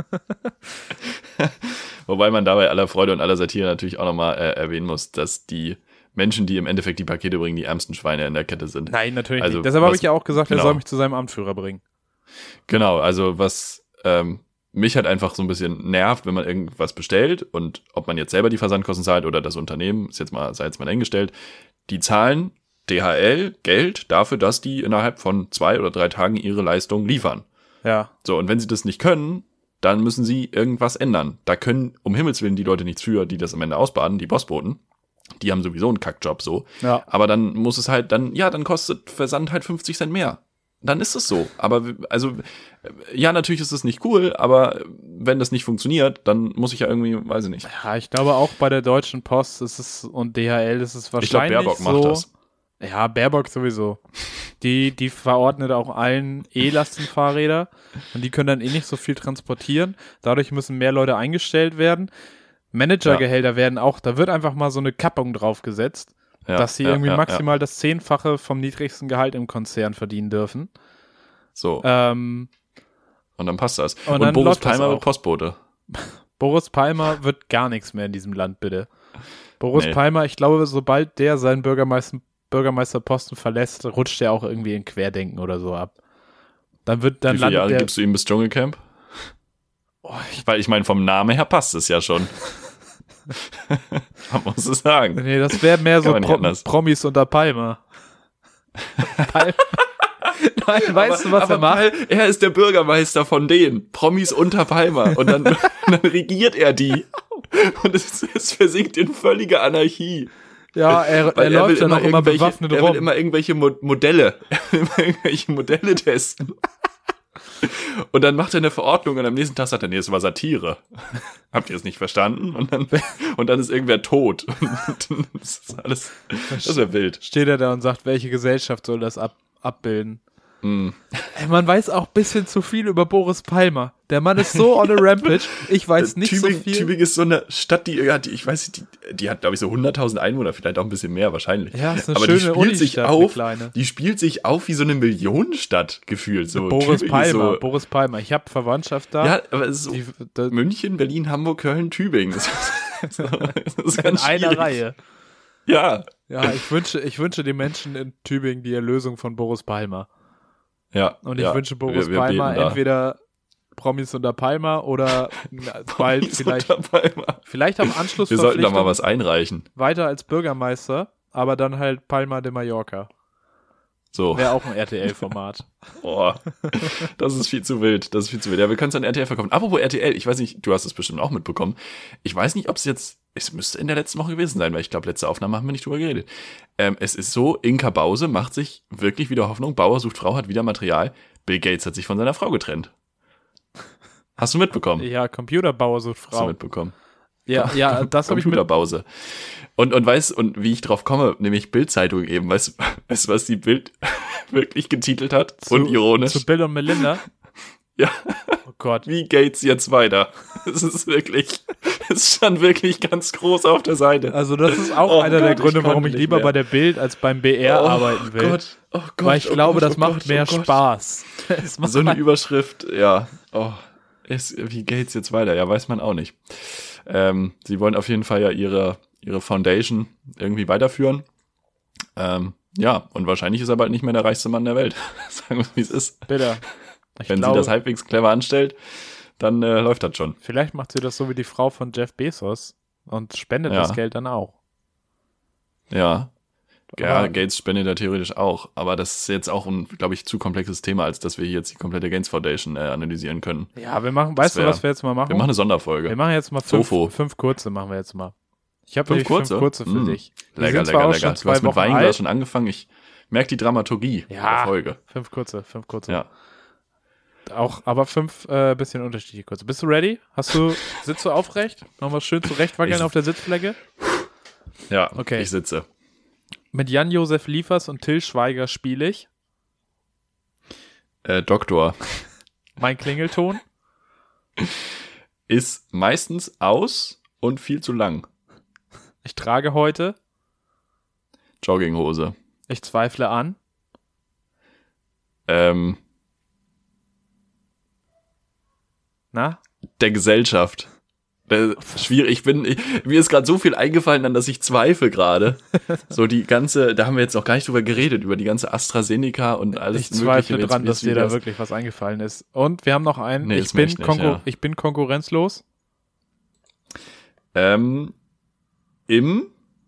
Wobei man dabei aller Freude und aller Satire natürlich auch nochmal äh, erwähnen muss, dass die Menschen, die im Endeffekt die Pakete bringen, die ärmsten Schweine in der Kette sind. Nein, natürlich Also, nicht. Deshalb habe was- ich ja auch gesagt, er genau. soll mich zu seinem Amtführer bringen. Genau, also was ähm, mich halt einfach so ein bisschen nervt, wenn man irgendwas bestellt und ob man jetzt selber die Versandkosten zahlt oder das Unternehmen, ist jetzt mal, sei jetzt mal dahingestellt, die zahlen D H L Geld dafür, dass die innerhalb von zwei oder drei Tagen ihre Leistung liefern. Ja. So, und wenn sie das nicht können, dann müssen sie irgendwas ändern. Da können um Himmels Willen die Leute nichts für, die das am Ende ausbaden, die Postboten. Die haben sowieso einen Kackjob so. Ja. Aber dann muss es halt, dann, ja, dann kostet Versand halt fünfzig Cent mehr. Dann ist es so. Aber, also, ja, natürlich ist es nicht cool, aber wenn das nicht funktioniert, dann muss ich ja irgendwie, weiß ich nicht. Ja, ich glaube auch bei der Deutschen Post ist es und D H L ist es Ich glaube, wahrscheinlich Baerbock so. macht das. Ja, Baerbock sowieso. Die, die verordnet auch allen E-Lastenfahrräder und die können dann eh nicht so viel transportieren. Dadurch müssen mehr Leute eingestellt werden. Managergehälter werden auch, da wird einfach mal so eine Kappung draufgesetzt, Ja, dass sie ja, irgendwie ja, maximal das Zehnfache vom niedrigsten Gehalt im Konzern verdienen dürfen. Ja. So, Ähm, und dann passt das. und Und, dann Boris läuft das Palmer auch. wird Postbote. Boris Palmer wird gar nichts mehr in diesem Land, bitte. Boris Nee. Palmer, ich glaube, sobald der seinen Bürgermeister, Bürgermeisterposten verlässt, rutscht er auch irgendwie in Querdenken oder so ab. Dann wird dann Wie viele Jahre landet der, gibst du ihm bis Dschungelcamp? oh, ich, Weil ich meine, vom Namen her passt es ja schon. Man muss es sagen. nee, das wäre mehr so Kann man nicht Pro anders. Promis unter Palmer. Pal Nein, weißt du, was aber er macht? Weil er ist der Bürgermeister von denen, Promis unter Palma. Und dann, dann regiert er die. Und es, es versinkt in völlige Anarchie. Ja, er, Weil er er will läuft dann immer auch immer irgendwelche, bewaffnet er will rum. immer irgendwelche Mo- Modelle, er will immer irgendwelche Modelle testen. Und dann macht er eine Verordnung und am nächsten Tag sagt er, nee, das war Satire. Habt ihr es nicht verstanden? Und dann, und dann ist irgendwer tot. Und das ist alles, das wäre wild. Steht er da und sagt, welche Gesellschaft soll das ab, abbilden? Mm. Ey, man weiß auch ein bisschen zu viel über Boris Palmer. Der Mann ist so on a rampage. Ich weiß nicht Tübingen, so viel. Tübingen ist so eine Stadt, die, ja, die ich weiß nicht, die, die hat, glaube ich, so hunderttausend Einwohner, vielleicht auch ein bisschen mehr wahrscheinlich. Ja, ist eine aber schöne die spielt sich Unistadt, auf, eine kleine. die spielt sich auf wie so eine Millionenstadt gefühlt. So Boris Tübingen Palmer, so, Boris Palmer. Ich habe Verwandtschaft da. Ja, aber es ist so Die, da, München, Berlin, Hamburg, Köln, Tübingen. Das ist, das ist in ganz einer schwierig. Reihe. Ja. Ja, ich wünsche, ich wünsche den Menschen in Tübingen die Erlösung von Boris Palmer. Ja. Und ich ja. wünsche Boris wir, wir Palmer beten da. entweder Promis unter Palmer oder na, bald Promis vielleicht, unter Palmer. vielleicht am Anschluss Wir sollten da mal was einreichen. weiter als Bürgermeister, aber dann halt Palma de Mallorca. So. Wäre auch ein R T L-Format. Oh, das ist viel zu wild. Das ist viel zu wild. Ja, wir können es an R T L verkaufen. Apropos R T L, ich weiß nicht, du hast es bestimmt auch mitbekommen. Ich weiß nicht, ob es jetzt, es müsste in der letzten Woche gewesen sein, weil ich glaube, letzte Aufnahme haben wir nicht drüber geredet. Ähm, es ist so, Inka Bause macht sich wirklich wieder Hoffnung. Bauer sucht Frau, hat wieder Material. Bill Gates hat sich von seiner Frau getrennt. Hast du mitbekommen? Ja, Computerbauer sucht Hast du Frau. mitbekommen? Ja, ja, das habe ich mit. Computerpause. Und, und weißt, und wie ich drauf komme, nämlich Bild-Zeitung eben, weißt du, weißt, was die Bild wirklich getitelt hat? Zu, Unironisch. Zu Bill und Melinda? Ja. Oh Gott. Wie geht's jetzt weiter? Es ist wirklich, es stand wirklich ganz groß auf der Seite. Also das ist auch Oh einer Gott, der ich Gründe, warum konnte ich nicht lieber mehr. bei der Bild als beim B R Oh arbeiten will. Gott, oh Gott, weil ich oh glaube, Gott, das oh macht Gott, mehr oh Gott. Spaß. Es macht So eine Überschrift, ja. Oh, es, wie geht's jetzt weiter? Ja, weiß man auch nicht. Ähm, sie wollen auf jeden Fall ja ihre, ihre Foundation irgendwie weiterführen. Ähm, ja, und wahrscheinlich ist er bald nicht mehr der reichste Mann der Welt. Sagen wir, wie es ist. Bitte. Ich Wenn glaube, sie das halbwegs clever anstellt, dann äh, läuft das schon. vielleicht macht sie das so wie die Frau von Jeff Bezos und spendet Ja. das Geld dann auch. Ja. Ja, Aber- Gates spendet ja theoretisch auch, aber das ist jetzt auch ein, glaube ich, zu komplexes Thema, als dass wir hier jetzt die komplette Gates Foundation äh, analysieren können. Ja, wir machen, weißt wär- du, was wir jetzt mal machen? Wir machen eine Sonderfolge. Wir machen jetzt mal fünf, Sofo. fünf kurze, machen wir jetzt mal. Ich habe Fünf nämlich kurze? fünf kurze für Mm. dich. Die Lecker, sind zwar lecker, auch lecker. schon Du zwei hast mit Wochen Weinglas alt. schon angefangen. Ich merke die Dramaturgie Ja. der Folge. Fünf kurze, fünf kurze. Ja. Auch, aber fünf äh, bisschen unterschiedliche kurze. Bist du ready? Hast du, sitzt du aufrecht? Nochmal schön zurechtwackeln Ich- auf der Sitzfläche? Ja, Okay. ich sitze. Mit Jan-Josef Liefers und Till Schweiger spiele ich. Äh, Doktor Mein Klingelton. ist meistens aus und viel zu lang. Ich trage heute. Jogginghose. Ich zweifle an. Ähm, Na? der Gesellschaft. Äh, schwierig. Ich bin, ich, mir ist gerade so viel eingefallen, an das ich zweifle gerade. So die ganze, da haben wir jetzt noch gar nicht drüber geredet, über die ganze AstraZeneca und alles Ich zweifle Mögliche. dran, Jetzt- dass dir wie da das- wirklich was eingefallen ist. Und wir haben noch einen. Nee, ich, ist mir bin echt nicht, konkur- ja. ich bin konkurrenzlos. Ähm, im,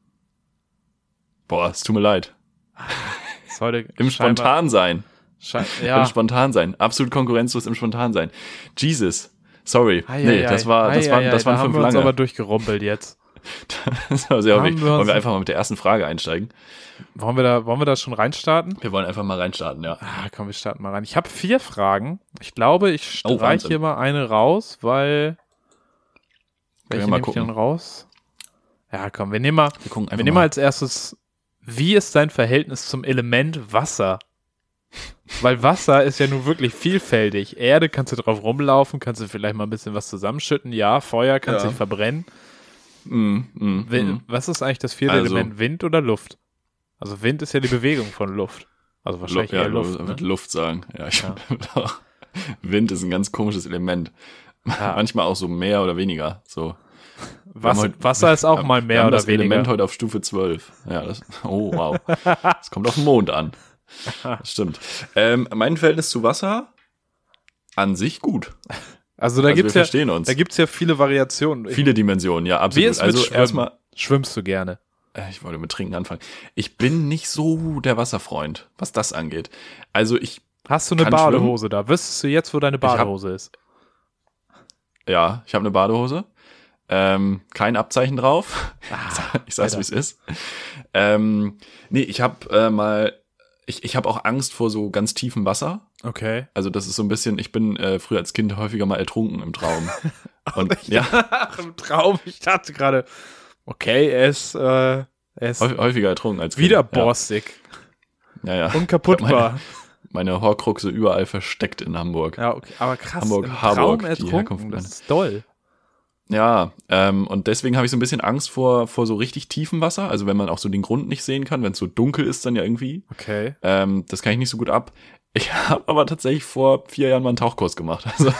boah, es tut mir leid. Ist heute Im scheinbar- Spontansein. Schein- Im ja. Spontansein. Absolut konkurrenzlos im Spontansein. Jesus. Sorry. Ei, nee, ei, das ei. war, das Ei, waren, ei, das ei, waren da fünf haben wir uns lange. aber durchgerumpelt jetzt. Das war sehr Haben wichtig. wir uns- Wollen wir einfach mal mit der ersten Frage einsteigen? Wollen wir da, wollen wir da schon reinstarten? Wir wollen einfach mal reinstarten, ja. Ah, komm, wir starten mal rein. Ich habe vier Fragen. Ich glaube, ich Oh, streiche Wahnsinn. hier mal eine raus, weil. Welche mal nehme ich gucken. denn raus? Ja, komm, wir nehmen mal, Wir gucken wir einfach nehmen mal mal. als erstes, wie ist dein Verhältnis zum Element Wasser? Weil Wasser ist ja nun wirklich vielfältig. Erde kannst du drauf rumlaufen, kannst du vielleicht mal ein bisschen was zusammenschütten. Ja, Feuer kannst Ja. sich verbrennen. Mm, mm, Wi- mm. Was ist eigentlich das vierte Also- Element? Wind oder Luft? Also Wind ist ja die Bewegung von Luft. Also wahrscheinlich Lu- ja, eher Luft. Lu- Ne? würde Luft sagen. Ja, ich Ja. auch. Wind ist ein ganz komisches Element. Ja. Manchmal auch so mehr oder weniger. So. Was, Wir haben heute- Wasser ist auch wir- mal wir mehr haben oder das weniger. Element heute auf Stufe zwölf. Ja, das, oh wow. Das kommt auf den Mond an. Das stimmt. Ähm, mein Verhältnis zu Wasser an sich gut. Also da Also gibt's wir ja, verstehen uns. da gibt's ja viele Variationen. Ich- Viele Dimensionen, ja, Wie absolut. ist mit Also Schwimmen? erstmal, Schwimmst du gerne? äh, ich wollte mit Trinken anfangen. Ich bin nicht so der Wasserfreund, was das angeht. Also ich Hast du eine kann Badehose da? Wüsstest du jetzt, wo deine hab- Badehose ist? Ja, ich habe eine Badehose. Ähm, kein Abzeichen drauf. Ah, ich sag's, Alter. wie es ist. Ähm, nee, ich habe äh, mal, ich, ich habe auch Angst vor so ganz tiefem Wasser. Okay. Also das ist so ein bisschen, ich bin äh, früher als Kind häufiger mal ertrunken im Traum. Und ja, Ach, im Traum. Ich dachte gerade, okay, er ist, äh, er ist häufig- häufiger ertrunken als Kind. wieder borstig. Ja, ja. ja. Unkaputtbar. Meine Horcruxe überall versteckt in Hamburg. Ja, okay. Aber krass, Hamburg, im Harburg, Traum die ertrunken, Herkunft das meiner- ist doll. Ja, ähm, und deswegen habe ich so ein bisschen Angst vor vor so richtig tiefem Wasser. Also wenn man auch so den Grund nicht sehen kann, wenn es so dunkel ist, dann ja irgendwie. Okay. Ähm, das kann ich nicht so gut ab. Ich habe aber tatsächlich vor vier Jahren mal einen Tauchkurs gemacht. Also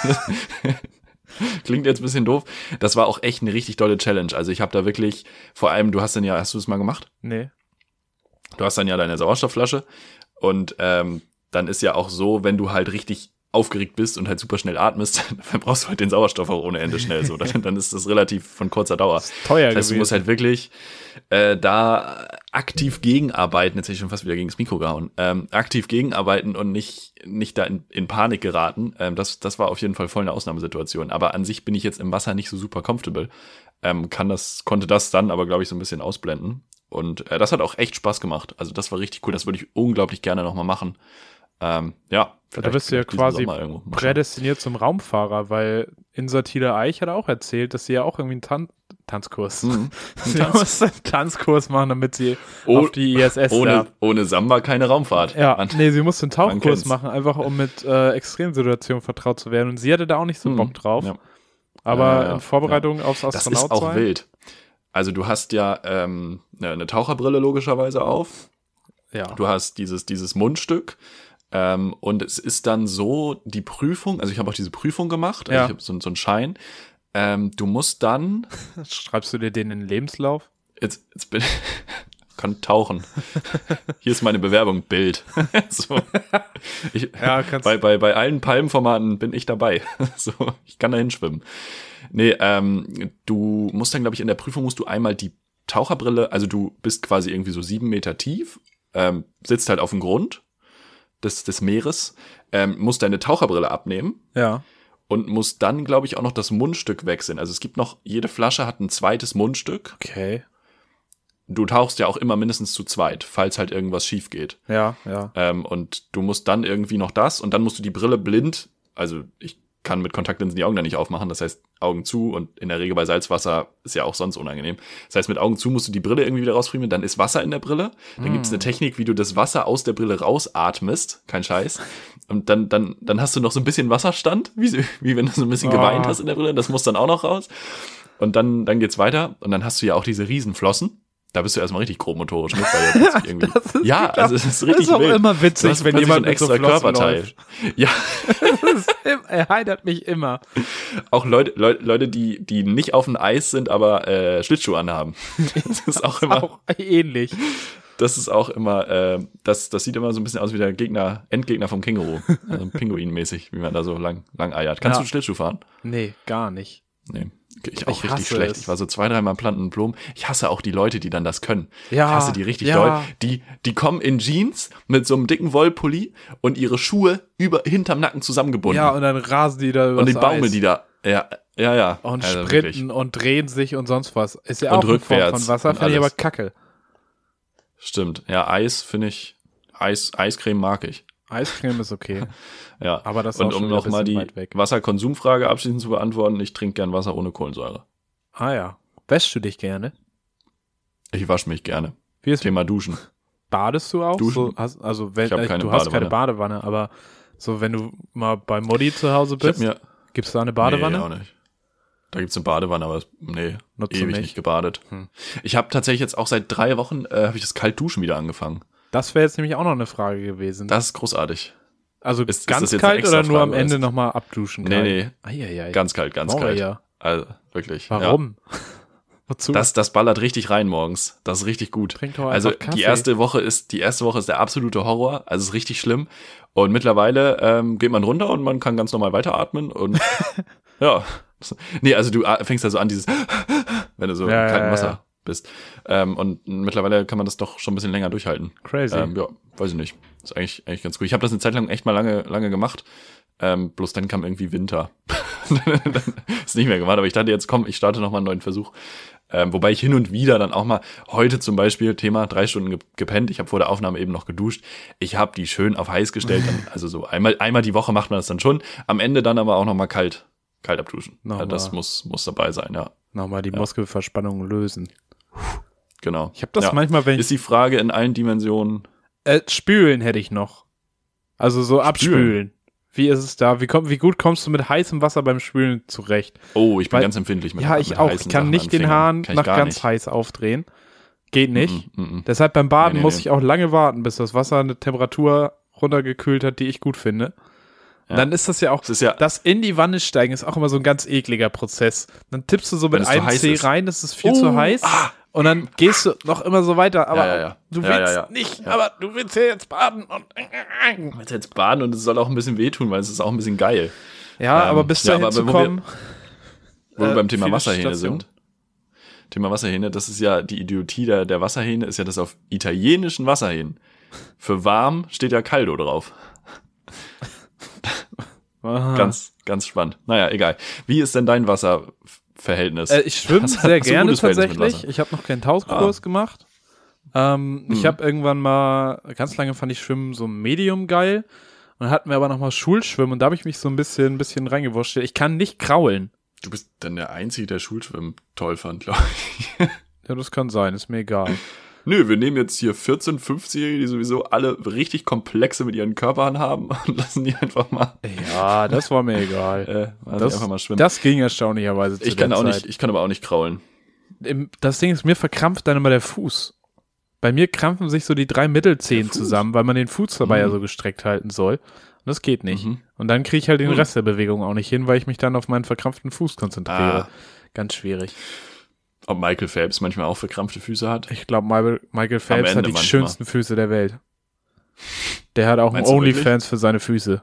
klingt jetzt ein bisschen doof. Das war auch echt eine richtig dolle Challenge. Also ich habe da wirklich, vor allem, du hast dann ja, hast du das mal gemacht? Nee. Du hast dann ja deine Sauerstoffflasche und ähm, dann ist ja auch so, wenn du halt richtig aufgeregt bist und halt super schnell atmest, dann brauchst du halt den Sauerstoff auch ohne Ende schnell so. Dann, dann ist das relativ von kurzer Dauer. Teuer Das heißt, du gewesen. musst halt wirklich äh, da aktiv gegenarbeiten. Jetzt hätte ich schon fast wieder gegen das Mikro gehauen. Ähm, aktiv gegenarbeiten und nicht nicht da in, in Panik geraten. Ähm, das das war auf jeden Fall voll eine Ausnahmesituation. Aber an sich bin ich jetzt im Wasser nicht so super comfortable. Ähm, kann das konnte das dann aber, glaube ich, so ein bisschen ausblenden. Und äh, das hat auch echt Spaß gemacht. Also das war richtig cool. Das würde ich unglaublich gerne nochmal machen. Ähm, ja, Da bist du ja diesen quasi Sommer irgendwo. Mal schauen. prädestiniert zum Raumfahrer, weil Insa Tila Eich hat auch erzählt, dass sie ja auch irgendwie einen Tan Tanzkurs. Mhm. Sie Tanz. muss einen Tanzkurs machen, damit sie Oh, auf die I S S Ohne, darf. ohne Samba keine Raumfahrt. Ja, Man- nee, sie musste einen man Tauchkurs kennt's. machen, einfach um mit äh, Extremsituationen vertraut zu werden. Und sie hatte da auch nicht so Mhm. Bock drauf. Ja. Aber Ja, ja, in Vorbereitung aufs Das Astronaut ist auch sein. wild. Also du hast ja ähm, eine eine Taucherbrille logischerweise auf. Ja. Du hast dieses, dieses Mundstück. Ähm, und es ist dann so, die Prüfung, also ich habe auch diese Prüfung gemacht, also Ja. ich habe so, so einen Schein. Ähm, du musst dann, Schreibst du dir den in den Lebenslauf? jetzt, jetzt bin kann tauchen. Hier ist meine Bewerbung, Bild. so. ich, Ja, kannst bei, bei, bei allen Palmenformaten bin ich dabei. so, ich kann da hinschwimmen. Nee, ähm, du musst dann, glaube ich, in der Prüfung musst du einmal die Taucherbrille, also du bist quasi irgendwie so sieben Meter tief, ähm, sitzt halt auf dem Grund des, des Meeres, ähm, musst deine Taucherbrille abnehmen Ja. und musst dann, glaube ich, auch noch das Mundstück wechseln. Also es gibt noch, jede Flasche hat ein zweites Mundstück. Okay. Du tauchst ja auch immer mindestens zu zweit, falls halt irgendwas schief geht. Ja, ja. Ähm, und du musst dann irgendwie noch das und dann musst du die Brille blind, also ich kann mit Kontaktlinsen die Augen dann nicht aufmachen, das heißt Augen zu und in der Regel bei Salzwasser ist ja auch sonst unangenehm. Das heißt, mit Augen zu musst du die Brille irgendwie wieder rausfriemeln, dann ist Wasser in der Brille, dann gibt's eine Technik, wie du das Wasser aus der Brille rausatmest, kein Scheiß, und dann dann dann hast du noch so ein bisschen Wasserstand, wie, so- wie wenn du so ein bisschen Oh. geweint hast in der Brille, das muss dann auch noch raus und dann dann geht's weiter und dann hast du ja auch diese Riesenflossen. Da bist du erstmal richtig grobmotorisch mit, weil du plötzlich irgendwie. Das ist ja, geklappt. also es ist Das richtig ist auch wild. immer Du witzig, hast wenn plötzlich jemand so ein mit so extra Flossen Körperteil. läuft. Ja, Das ist im- er heitert mich immer. auch Leute, Leute, Leute, die, die nicht auf dem Eis sind, aber äh, Schlittschuhe anhaben. Das ist auch immer, Auch ähnlich. das ist auch immer, äh, das, das sieht immer so ein bisschen aus wie der Gegner, Endgegner vom Känguru. Also Pinguin-mäßig, wie man da so lang, lang eiert. Kannst Ja. du Schlittschuh fahren? Nee, gar nicht. Nee. Ich auch Ich richtig hasse schlecht. es. Ich war so zwei, dreimal Planten und Blumen. Ich hasse auch die Leute, die dann das können. Ja, Ich hasse die richtig ja. doll. Die, die kommen in Jeans mit so einem dicken Wollpulli und ihre Schuhe über, hinterm Nacken zusammengebunden. Ja, und dann rasen die da über und die baumeln die da. Ja, ja, ja. Und Also sprinten wirklich. und drehen sich und sonst was. Ist ja Und auch eine Form rückwärts von Wasser, und finde ich aber alles. kacke. Stimmt. Ja, Eis finde ich, Eis, Eiscreme mag ich. Eiscreme ist okay. Ja. Aber das ist und auch schon um wieder ein nochmal bisschen die weit weg. Wasserkonsumfrage abschließend zu beantworten, ich trinke gern Wasser ohne Kohlensäure. Ah ja. Wäschst du dich gerne? Ich wasche mich gerne. Wie ist Thema Duschen. Badest du auch? Duschen. So, hast, also wenn Ich hab äh, keine du hast keine Badewanne. Badewanne, aber so wenn du mal bei Modi zu Hause Ich hab bist, mir, gibt's da eine Badewanne? Nee, auch nicht. Da gibt's eine Badewanne, aber es- nee, Nutzt du ewig nicht? nicht, gebadet. Hm. Ich habe tatsächlich jetzt auch seit drei Wochen, äh, habe ich das Kaltduschen wieder angefangen. Das wäre jetzt nämlich auch noch eine Frage gewesen. Das ist großartig. also ist- ist ganz das jetzt eine kalt oder extra nur am Frage, Ende oder ist- nochmal abduschen? Nee, kalt? nee, Eieiei. ganz kalt, ganz Oh, kalt. ja. Also wirklich. Warum? Wozu? Ja. Das, das ballert richtig rein morgens. Das ist richtig gut. Trink doch Also einfach Kaffee. die erste Woche ist die erste Woche ist der absolute Horror. Also es ist richtig schlimm. Und mittlerweile ähm, geht man runter und man kann ganz normal weiteratmen und ja. Nee, also du a- fängst da so an, dieses, wenn du so Ja, im kalten ja, Wasser ja. bist. Ähm, und mittlerweile kann man das doch schon ein bisschen länger durchhalten. Crazy. Ähm, ja, weiß ich nicht. Ist eigentlich, eigentlich ganz cool. Ich habe das eine Zeit lang echt mal lange, lange gemacht. Ähm, bloß dann kam irgendwie Winter. Dann ist nicht mehr gemacht. Aber ich dachte jetzt, komm, ich starte noch mal einen neuen Versuch. Ähm, wobei ich hin und wieder dann auch mal, heute zum Beispiel, Thema, drei Stunden ge- gepennt. Ich habe vor der Aufnahme eben noch geduscht. Ich habe die schön auf heiß gestellt. Dann, also so einmal, einmal die Woche macht man das dann schon. Am Ende dann aber auch noch mal kalt, kalt abduschen. Ja, das muss, muss dabei sein, ja. Nochmal die ja. Muskelverspannung lösen. Genau. Ich habe das ja. manchmal, wenn ich... Ist die Frage in allen Dimensionen. Äh, spülen hätte ich noch. Also so abspülen. Wie ist es da? Wie, komm, wie gut kommst du mit heißem Wasser beim Spülen zurecht? Oh, ich bin Weil, ganz empfindlich mit Ja, ich mit auch. heißen Ich kann Sachen nicht den Fingern. Hahn Kann ich nach gar ganz nicht. heiß aufdrehen. Geht nicht. Mm, mm, mm. Deshalb beim Baden Nee, nee, muss nee. ich auch lange warten, bis das Wasser eine Temperatur runtergekühlt hat, die ich gut finde. Ja. Und dann ist das ja auch, Das ist ja, das in die Wanne steigen ist auch immer so ein ganz ekliger Prozess. Dann tippst du so Wenn mit es zu einem heiß Zeh ist. rein, das ist viel Oh, zu heiß. ah. Und dann gehst du noch immer so weiter, aber Ja, ja, ja. du Ja, willst ja, ja. nicht, Ja. aber du willst ja jetzt baden. Und du willst jetzt baden und es soll auch ein bisschen wehtun, weil es ist auch ein bisschen geil. ja, Ähm, aber bis ja, dahin aber zu wo wir- kommen. Wo wir Äh, beim Thema viele Wasserhähne Stationen. sind. Thema Wasserhähne, das ist ja die Idiotie der, der Wasserhähne, ist ja das auf italienischen Wasserhähnen. Für warm steht ja Caldo drauf. Aha. Ganz, ganz spannend. Naja, egal. Wie ist denn dein Wasserverhältnis? Äh, ich schwimme Hast- sehr hast du ein gerne gutes Verhältnis mit tatsächlich. Wasser? Ich habe noch keinen Tauchkurs Ah. gemacht. Ähm, Ich Mhm. habe irgendwann mal, ganz lange fand ich Schwimmen so medium geil. Und dann hatten wir aber noch mal Schulschwimmen und da habe ich mich so ein bisschen, ein bisschen reingewurschtelt. Ich kann nicht kraulen. Du bist dann der Einzige, der Schulschwimmen toll fand, glaube ich. Ja, das kann sein, ist mir egal. Nö, wir nehmen jetzt hier vierzehn-, fünfzigjährige, die sowieso alle richtig Komplexe mit ihren Körpern haben und lassen die einfach mal, Ja, das war mir egal. äh, lassen die Das, einfach mal schwimmen. das ging erstaunlicherweise zu ich kann der auch Zeit. nicht, ich kann aber auch nicht kraulen. Im, das Ding ist, mir verkrampft dann immer der Fuß. Bei mir krampfen sich so die drei Mittelzehen Der Fuß? zusammen, weil man den Fuß dabei Mhm. ja so gestreckt halten soll. Und das geht nicht. Mhm. Und dann kriege ich halt den Mhm. Rest der Bewegung auch nicht hin, weil ich mich dann auf meinen verkrampften Fuß konzentriere. Ah. Ganz schwierig. Ob Michael Phelps manchmal auch verkrampfte Füße hat? Ich glaube, Michael, Michael Phelps Ende hat die manchmal. schönsten Füße der Welt. Der hat auch Meinst einen du wirklich? OnlyFans für seine Füße.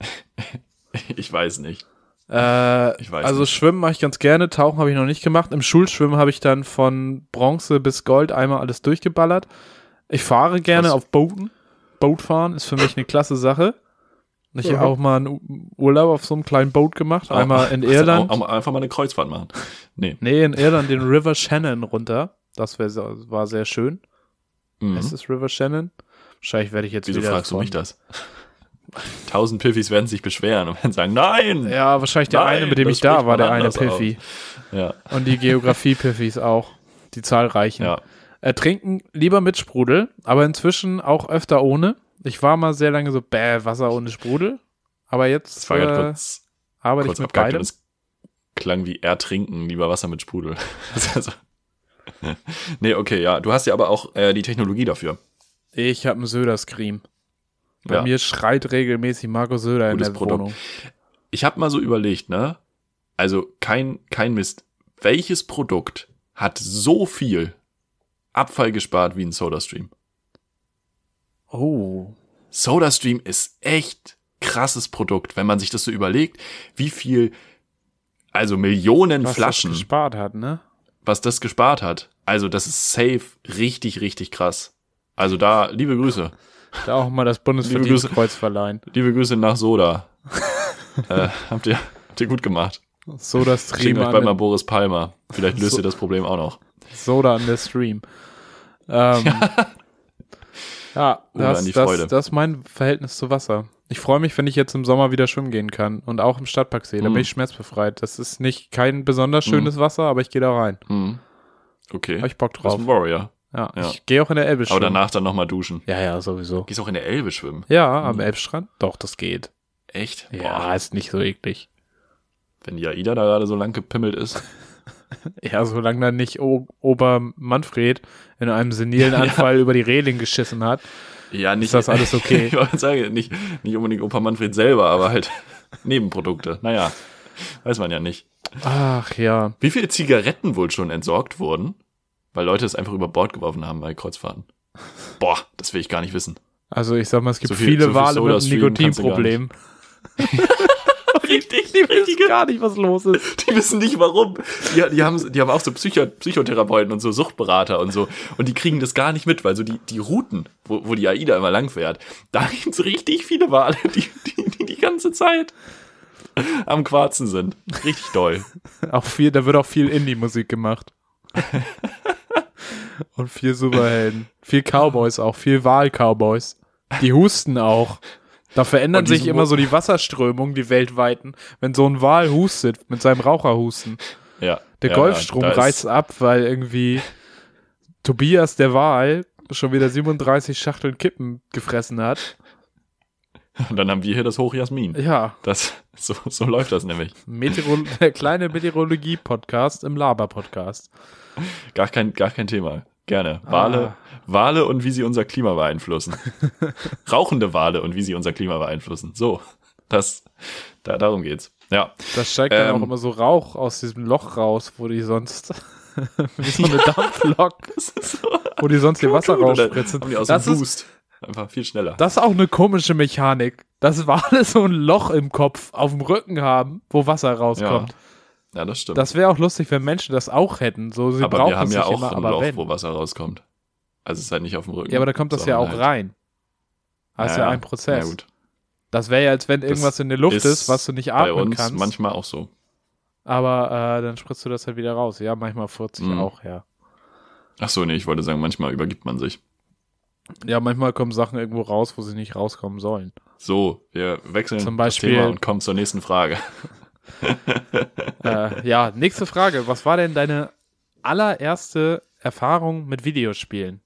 Ich weiß nicht. Äh, Ich weiß also nicht. Schwimmen mache ich ganz gerne, Tauchen habe ich noch nicht gemacht. Im Schulschwimmen habe ich dann von Bronze bis Gold einmal alles durchgeballert. Ich fahre gerne Krass. auf Booten. Bootfahren ist für mich eine klasse Sache. Ich habe Ja. auch mal einen U- Urlaub auf so einem kleinen Boot gemacht. Einmal in Irland. Auch, auch mal einfach mal eine Kreuzfahrt machen. Nee. Nee, in Irland den River Shannon runter. Das wär, so- war sehr schön. Mhm. Heißt es River Shannon? Wahrscheinlich werde ich jetzt Wieso wieder fragst du von- mich das? Tausend Piffis werden sich beschweren und werden sagen, nein! Ja, wahrscheinlich der Nein, eine, mit dem das ich da spricht war, man der eine anders Piffy. Ja, Und die Geografie-Piffis auch. Die zahlreichen. ja. Äh, trinken lieber mit Sprudel, aber inzwischen auch öfter ohne. Ich war mal sehr lange so, bäh, Wasser ohne Sprudel. Aber jetzt Das war gerade äh, kurz, arbeite kurz ich mit abgehakt und beidem. es klang wie ertrinken, lieber Wasser mit Sprudel. Das ist also nee, okay, ja. Du hast ja aber auch äh, die Technologie dafür. Ich habe einen Söder-Scream. Bei Ja. mir schreit regelmäßig Marco Söder Gutes in der Produkt. Wohnung. Ich habe mal so überlegt, ne? Also kein, kein Mist. Welches Produkt hat so viel Abfall gespart wie ein SodaStream? Oh. SodaStream ist echt krasses Produkt, wenn man sich das so überlegt, wie viel, also Millionen Was Flaschen, das gespart hat, ne? was das gespart hat. Also das ist safe richtig, richtig krass. Also da, liebe Grüße. Da auch mal das Bundesverdienstkreuz verleihen. Liebe Grüße nach Soda. äh, habt ihr, habt ihr gut gemacht. Soda Schickt Stream euch an bald mal den, Boris Palmer. Vielleicht löst So- ihr das Problem auch noch. Soda an der Stream. Ähm, ja, Oder das, an die das, Freude. das ist mein Verhältnis zu Wasser. Ich freue mich, wenn ich jetzt im Sommer wieder schwimmen gehen kann und auch im Stadtparksee. Da Mhm. bin ich schmerzbefreit. Das ist nicht kein besonders schönes Wasser, aber ich gehe da rein. Mhm. Okay. Habe ich Bock Du bist drauf. ein Warrior. Ja, Ja. ich gehe auch in der Elbe Aber schwimmen. danach dann nochmal duschen. Ja, ja, sowieso. Gehst auch in der Elbe schwimmen. Ja, am Mhm. Elbstrand? Doch, das geht. Echt? Ja, Boah. ist nicht so eklig. Wenn die Aida da gerade so lang gepimmelt ist. Ja, solange dann nicht o Ober Manfred in einem senilen Anfall über die Reling geschissen hat. Ja, nicht. Ist das alles okay? Ich wollte sagen, nicht, nicht unbedingt Opa Manfred selber, aber halt Nebenprodukte. Naja, weiß man ja nicht. Ach ja. Wie viele Zigaretten wohl schon entsorgt wurden? Weil Leute es einfach über Bord geworfen haben bei Kreuzfahrten. Boah, das will ich gar nicht wissen. Also ich sag mal, es gibt So viel- viele so viel Wale mit einem SodaStream kannst du gar Nikotinproblem. richtig, Die wissen gar nicht, was los ist. Die wissen nicht, warum. Die, die, haben, die haben auch so Psycho, Psychotherapeuten und so Suchtberater und so. Und die kriegen das gar nicht mit, weil so die, die Routen, wo, wo die AIDA immer lang fährt, da gibt es richtig viele Wale, die, die, die die ganze Zeit am Quarzen sind. Richtig doll. Auch viel, da wird auch viel Indie-Musik gemacht. Und viel Superhelden. Viel Cowboys auch, viel Wal-Cowboys. Die husten auch. Da verändern sich immer so die Wasserströmungen, die weltweiten, wenn so ein Wal hustet mit seinem Raucherhusten. Ja. Der ja, Golfstrom ja, reißt ab, weil irgendwie Tobias der Wal schon wieder siebenunddreißig Schachteln Kippen gefressen hat. Und dann haben wir hier das Hochjasmin. Ja. Das, so, so läuft das nämlich. Meteoro- der kleine Meteorologie-Podcast im Laber-Podcast. Gar kein, gar kein Thema. Gerne. Wale, Ah. Wale und wie sie unser Klima beeinflussen. Rauchende Wale und wie sie unser Klima beeinflussen. So, das, da, darum geht's. Ja. Da steigt dann Ähm. auch immer so Rauch aus diesem Loch raus, wo die sonst wie so eine Dampflok, Das ist so. wo die sonst ihr Wasser Oder rausspritzen. haben die aus Das dem ist, Boost. Einfach viel schneller. das ist auch eine komische Mechanik. Das Wale so ein Loch im Kopf auf dem Rücken haben, wo Wasser rauskommt. Ja, das stimmt. Das wäre auch lustig, wenn Menschen das auch hätten. So, sie aber brauchen wir haben es ja nicht auch immer, ein aber Loch, wenn. wo Wasser rauskommt. Also es ist halt nicht auf dem Rücken. Ja, aber da kommt das ja auch sondern halt- rein. Das ist ja, ein Prozess. Ja, gut. Das wäre ja, als wenn irgendwas in der Luft ist, was du nicht Bei atmen uns kannst. manchmal auch so. Aber äh, dann spritzt du das halt wieder raus. Ja, manchmal furzt ich Mhm. auch, ja. Ach so, nee, ich wollte sagen, manchmal übergibt man sich. Ja, manchmal kommen Sachen irgendwo raus, wo sie nicht rauskommen sollen. So, wir wechseln Zum das Beispiel- Thema und kommen zur nächsten Frage. äh, ja, nächste Frage. Was war denn deine allererste Erfahrung mit Videospielen?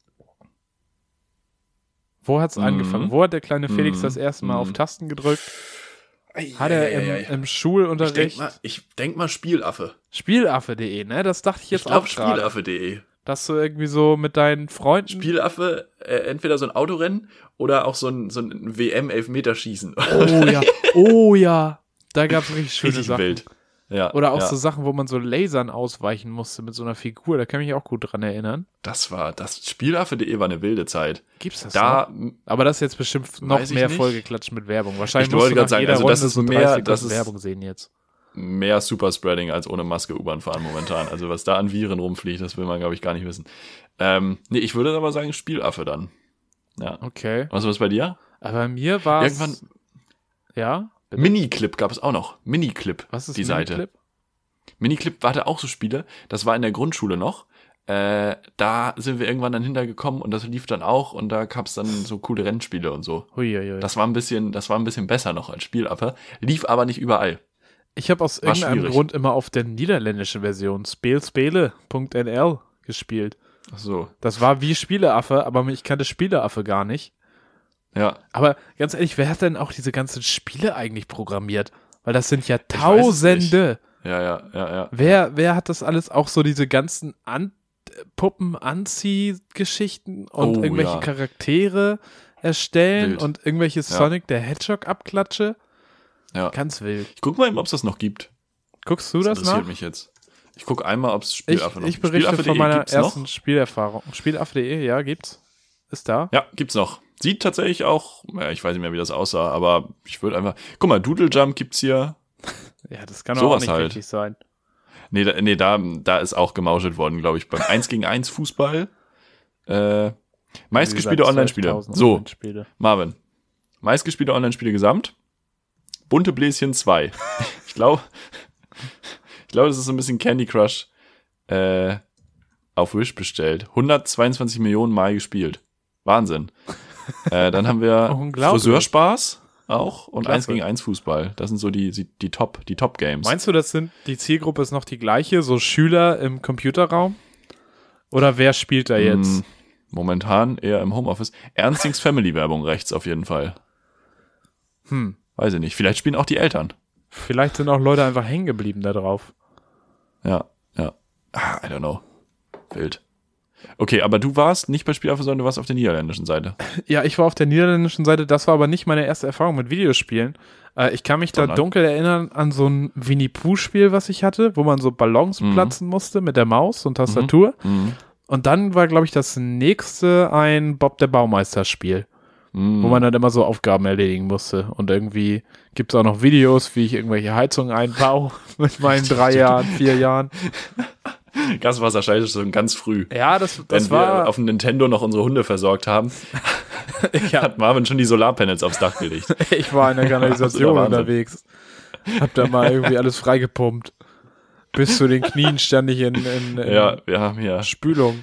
Wo hat's Mhm. angefangen? Wo hat der kleine Felix Mhm. das erste Mal Mhm. auf Tasten gedrückt? Hat er im, im Schulunterricht? Ich denk mal, ich denk mal Spielaffe. Spielaffe punkt de, ne? Das dachte ich jetzt Ich glaube auch gerade. Spielaffe punkt de. Dass du irgendwie so mit deinen Freunden... Spielaffe, äh, entweder so ein Autorennen oder auch so ein, so ein W M-Elfmeterschießen. Oh ja, oh ja. Da gab's richtig schöne Richtig Sachen. wild. Ja, Oder auch ja. so Sachen, wo man so Lasern ausweichen musste mit so einer Figur. Da kann ich mich auch gut dran erinnern. Das war, das Spielaffe punkt de war eine wilde Zeit. Gibt's das Da, noch? Aber das ist jetzt bestimmt noch Weiß ich mehr nicht. vollgeklatscht mit Werbung. Wahrscheinlich Ich musst wollte du nach gerade sagen, jeder also das Runde ist so mehr- dreißig das Sekunden ist- Werbung sehen jetzt. mehr Superspreading als ohne Maske U-Bahn fahren momentan. Also was da an Viren rumfliegt, das will man, glaube ich, gar nicht wissen. Ähm, nee, ich würde aber sagen Spielaffe dann. Ja. Okay. Was war es bei dir? Aber bei mir war es... Irgendwann, Ja? Bitte? Miniclip gab es auch noch. Miniclip, Was ist die Seite. Miniclip? Miniclip war da auch so Spiele. Das war in der Grundschule noch. Äh, da sind wir irgendwann dann hintergekommen und das lief dann auch und da gab es dann so coole Rennspiele und so. Huiuiui. Das war ein bisschen, das war ein bisschen besser noch als Spielaffe. Lief aber nicht überall. Ich habe aus War irgendeinem schwierig. Grund immer auf der niederländischen Version spielspele punkt n l gespielt. Ach so. Das war wie Spieleaffe, aber ich kannte Spieleaffe gar nicht. Ja. Aber ganz ehrlich, wer hat denn auch diese ganzen Spiele eigentlich programmiert? Weil das sind ja weiß es Tausende. Ja, ja, ja, ja. Wer, wer hat das alles, auch so diese ganzen An Puppen-Anzieh-Geschichten und Oh, irgendwelche ja. Charaktere erstellen Wild. und irgendwelche Sonic der Hedgehog-Abklatsche? Ja. Ganz wild. Ich guck mal eben, ob es das noch gibt. Guckst du das, interessiert nach? mich jetzt. Ich guck einmal, ob es Ich, Spielaffe noch ich berichte Spielaffe.de von meiner gibt's ersten noch? Spielerfahrung. Spielaffe punkt de, ja, gibt's. Ist da. Ja, gibt's noch. Sieht tatsächlich auch, ja, ich weiß nicht mehr, wie das aussah, aber ich würde einfach, guck mal, Doodle Jump gibt's hier. Ja, das kann doch Sowas auch nicht halt. richtig sein. Nee, da, nee, da, da ist auch gemauschelt worden, glaube ich, beim eins gegen eins Fußball. Äh, meistgespielte Online-Spiele. zwölftausend So, Online-Spiele. Marvin. Meistgespielte Online-Spiele gesamt. Bunte Bläschen zwei. Ich glaube, ich glaube, das ist so ein bisschen Candy Crush äh, auf Wish bestellt. hundertzweiundzwanzig Millionen Mal gespielt. Wahnsinn. äh, dann haben wir Unglaublich. Friseurspars auch und Klasse. eins gegen eins Fußball. Das sind so die, die, die Top, die Top Games. Meinst du, das sind die Zielgruppe ist noch die gleiche, so Schüler im Computerraum? Oder wer spielt da jetzt? Mm, Momentan eher im Homeoffice. Ernstings Family Werbung rechts auf jeden Fall. Hm. Weiß ich nicht. Vielleicht spielen auch die Eltern. Vielleicht sind auch Leute einfach hängen geblieben da drauf. Ja, ja. Ah, I don't know. Wild. Okay, aber du warst nicht bei Spielaffe, sondern du warst auf der niederländischen Seite. Ja, ich war auf der niederländischen Seite, das war aber nicht meine erste Erfahrung mit Videospielen. Äh, ich kann mich da Sondern? dunkel erinnern an so ein Winnie-Pooh-Spiel, was ich hatte, wo man so Ballons Mhm. platzen musste mit der Maus und Tastatur. Mhm. Und dann war, glaube ich, das nächste ein Bob der Baumeister-Spiel. Mm. wo man dann immer so Aufgaben erledigen musste. Und irgendwie gibt's auch noch Videos, wie ich irgendwelche Heizungen einbaue mit meinen drei Jahren, vier Jahren. Gaswasserscheide schon ganz früh. Ja, das, das Wenn war... wir auf dem Nintendo noch unsere Hunde versorgt haben, ich, hab, hat Marvin schon die Solarpanels aufs Dach gelegt. ich war in der Kanalisation Wahnsinn. unterwegs. Hab da mal irgendwie alles freigepumpt. Bis zu den Knien stand ich in, in, in Ja, wir haben hier Spülung.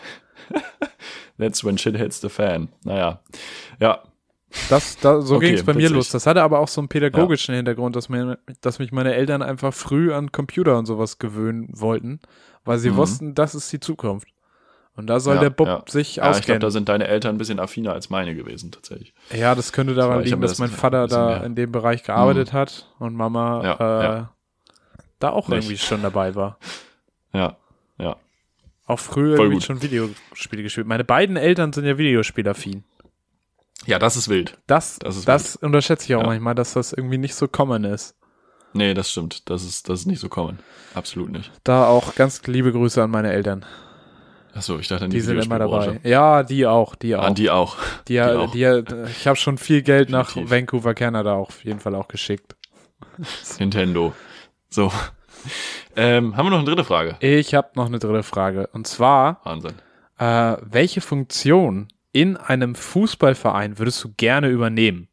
That's when shit hits the fan. Naja, ja. Das, da, so Okay, ging es bei mir witzig. los. Das hatte aber auch so einen pädagogischen ja. Hintergrund, dass, mir, dass mich meine Eltern einfach früh an Computer und sowas gewöhnen wollten, weil sie mhm. wussten, das ist die Zukunft. Und da soll ja, der Bub ja. sich ja, auskennen. Ich glaube, da sind deine Eltern ein bisschen affiner als meine gewesen, tatsächlich. Ja, das könnte daran ich liegen, dass das mein Vater da mehr. in dem Bereich gearbeitet mhm. hat und Mama ja, äh, ja. da auch Nicht. irgendwie schon dabei war. Ja, ja. Auch früher Voll irgendwie gut. schon Videospiele gespielt. Meine beiden Eltern sind ja Videospielaffin. Ja, das ist wild. Das, Das ist das unterschätze ich auch Ja. manchmal, dass das irgendwie nicht so common ist. Nee, das stimmt. Das ist, das ist nicht so common. Absolut nicht. Da auch ganz liebe Grüße an meine Eltern. Achso, ich dachte an die, Die sind immer Videospielbranche. dabei. Ja, die auch, die auch. An die auch. Die, die auch. die, ich habe schon viel Geld nach Definitiv. Vancouver, Kanada auch auf jeden Fall auch geschickt. Nintendo. So. Ähm, haben wir noch eine dritte Frage? Ich habe noch eine dritte Frage. Und zwar, Wahnsinn. äh, welche Funktion in einem Fußballverein würdest du gerne übernehmen?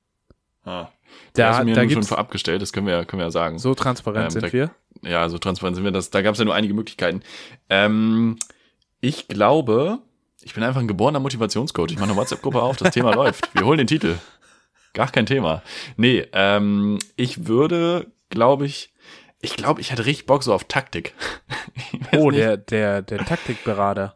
Ah. Da, Da, hast du mir da nun schon gibt's, vorab gestellt, das können wir, ja- können wir ja sagen. so transparent Ähm, sind da- wir. Ja, so transparent sind wir. Das, da gab es ja nur einige Möglichkeiten. Ähm, ich glaube, ich bin einfach ein geborener Motivationscoach. Ich mache eine WhatsApp-Gruppe auf, das Thema läuft. Wir holen den Titel. Gar kein Thema. Nee, ähm, ich würde, glaube ich, ich glaube, ich hätte richtig Bock so auf Taktik. Ich weiß Oh, nicht. der, der, der Taktikberater.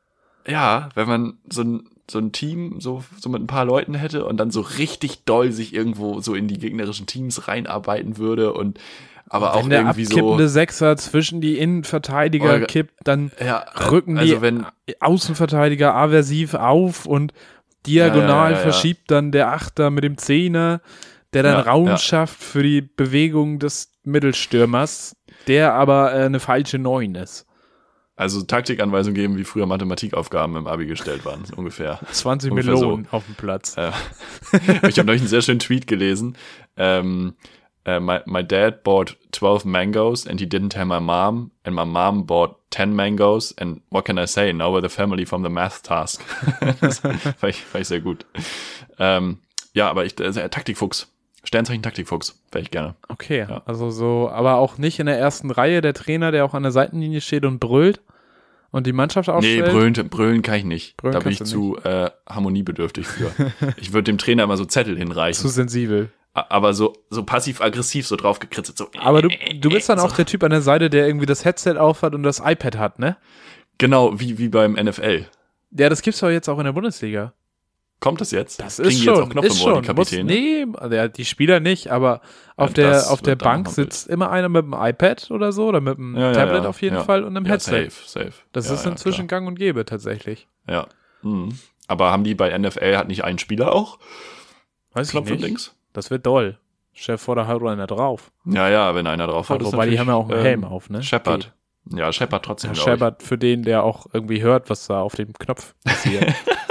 Ja, wenn man so ein, so ein Team so, so mit ein paar Leuten hätte und dann so richtig doll sich irgendwo so in die gegnerischen Teams reinarbeiten würde und aber auch Wenn der irgendwie abkippende so. Sechser zwischen die Innenverteidiger Olga- kippt, dann Ja, rücken also die wenn, Außenverteidiger aversiv auf und diagonal Ja, ja, ja, ja. verschiebt dann der Achter mit dem Zehner, der dann Ja, Raum ja. schafft für die Bewegung des Mittelstürmers, der aber äh, eine falsche Neun ist. also Taktikanweisungen geben, wie früher Mathematikaufgaben im Abi gestellt waren, so ungefähr. zwanzig Ungefähr Melonen auf dem Platz. Ja. Ich habe neulich einen sehr schönen Tweet gelesen. Ähm, uh, my, my dad bought twelve mangoes and he didn't tell my mom and my mom bought ten mangoes and what can I say? Now we're the family from the math task. Das fand ich, fand ich sehr gut. Ähm, ja, aber ich, äh, Taktikfuchs. Sternzeichen Taktikfuchs. Wäre ich gerne. Okay, Ja. also so, aber auch nicht in der ersten Reihe der Trainer, der auch an der Seitenlinie steht und brüllt und die Mannschaft Nee, aufstellt. brüllen, brüllen kann ich nicht. Brüllen da bin ich kannst du zu äh, harmoniebedürftig für. Ich würde dem Trainer immer so Zettel hinreichen. Zu sensibel. Aber so, so passiv-aggressiv so drauf gekritzelt. So, Aber du, du bist dann so. auch der Typ an der Seite, der irgendwie das Headset aufhat und das iPad hat, ne? Genau, wie, wie beim N F L. Ja, das gibt's doch jetzt auch in der Bundesliga. Kommt das jetzt? Das Kriegen ist die schon, jetzt auch Knopf ist im Ohr, schon. die Muss, Kapitäne? nee, ja, die Spieler nicht, aber auf Ja, der, das auf der wird dann Bank noch mal sitzt immer einer mit einem iPad oder so oder mit einem Ja, ja, Tablet ja, auf jeden ja. Fall und einem Ja, Headset. safe, safe. Das ja, ist ja, inzwischen gang und gäbe tatsächlich. klar. Ja. Mhm. Aber haben die bei N F L, hat nicht ein Spieler auch Weiß Knopf ich und nicht. links? Das wird doll. Chef vor der haut einer drauf. Ja, ja, wenn einer drauf hat. ist Wobei die natürlich, haben ja auch einen ähm, Helm auf, ne? Shepard. Ja, Shepard trotzdem, Ja, glaub ich. Shepard für den, der auch irgendwie hört, was da auf dem Knopf passiert.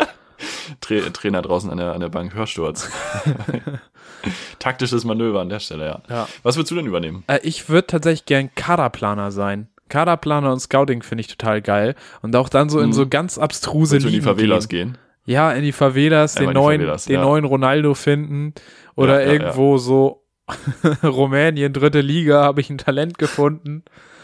Tra Trainer draußen an der, an der Bank, Hörsturz. Taktisches Manöver an der Stelle, ja. Ja. Was würdest du denn übernehmen? Äh, ich würde tatsächlich gern Kaderplaner sein. Kaderplaner und Scouting finde ich total geil. Und auch dann so in Mhm. so ganz abstruse Willst du in die Ligen Favelas gehen. gehen? Ja, in die Favelas, Einmal den in die neuen, Favelas, den ja. neuen Ronaldo finden. Oder Ja, ja, irgendwo so Rumänien, dritte Liga, habe ich ein Talent gefunden.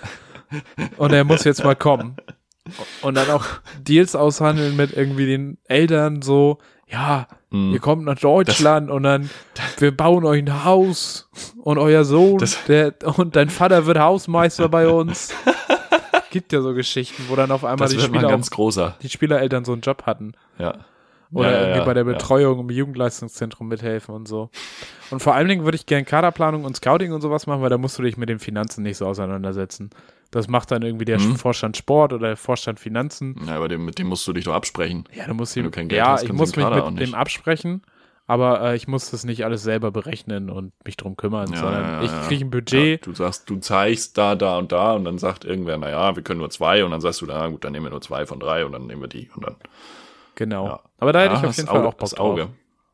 Und er muss jetzt mal kommen. Und dann auch Deals aushandeln mit irgendwie den Eltern so, ja, Mhm. ihr kommt nach Deutschland und dann, wir bauen euch ein Haus und euer Sohn, Das- der, und dein Vater wird Hausmeister bei uns. Gibt ja so Geschichten, wo dann auf einmal Das die wird mal ein Spieler, ganz auch, großer. die Spielereltern so einen Job hatten. Ja. Oder Ja, ja, irgendwie ja, bei der ja. Betreuung im Jugendleistungszentrum mithelfen und so. Und vor allen Dingen würde ich gern Kaderplanung und Scouting und sowas machen, weil da musst du dich mit den Finanzen nicht so auseinandersetzen. Das macht dann irgendwie der Mhm. Vorstand Sport oder der Vorstand Finanzen. Ja, aber dem, mit dem musst du dich doch absprechen. Ja, du musst Wenn ihm, du kein Geld ja, hast, ich kannst muss du den mich Kader auch mit nicht. dem absprechen, aber äh, ich muss das nicht alles selber berechnen und mich drum kümmern, Ja, sondern ja, ja, ich ja. kriege ein Ja, Budget. du sagst, du zeigst da, da und da und dann sagt irgendwer, naja, wir können nur zwei und dann sagst du, na gut, dann nehmen wir nur zwei von drei und dann nehmen wir die und dann. Genau. Ja. Aber da hätte Ja, ich auf das jeden Auge, Fall auch Bock das drauf. Auge.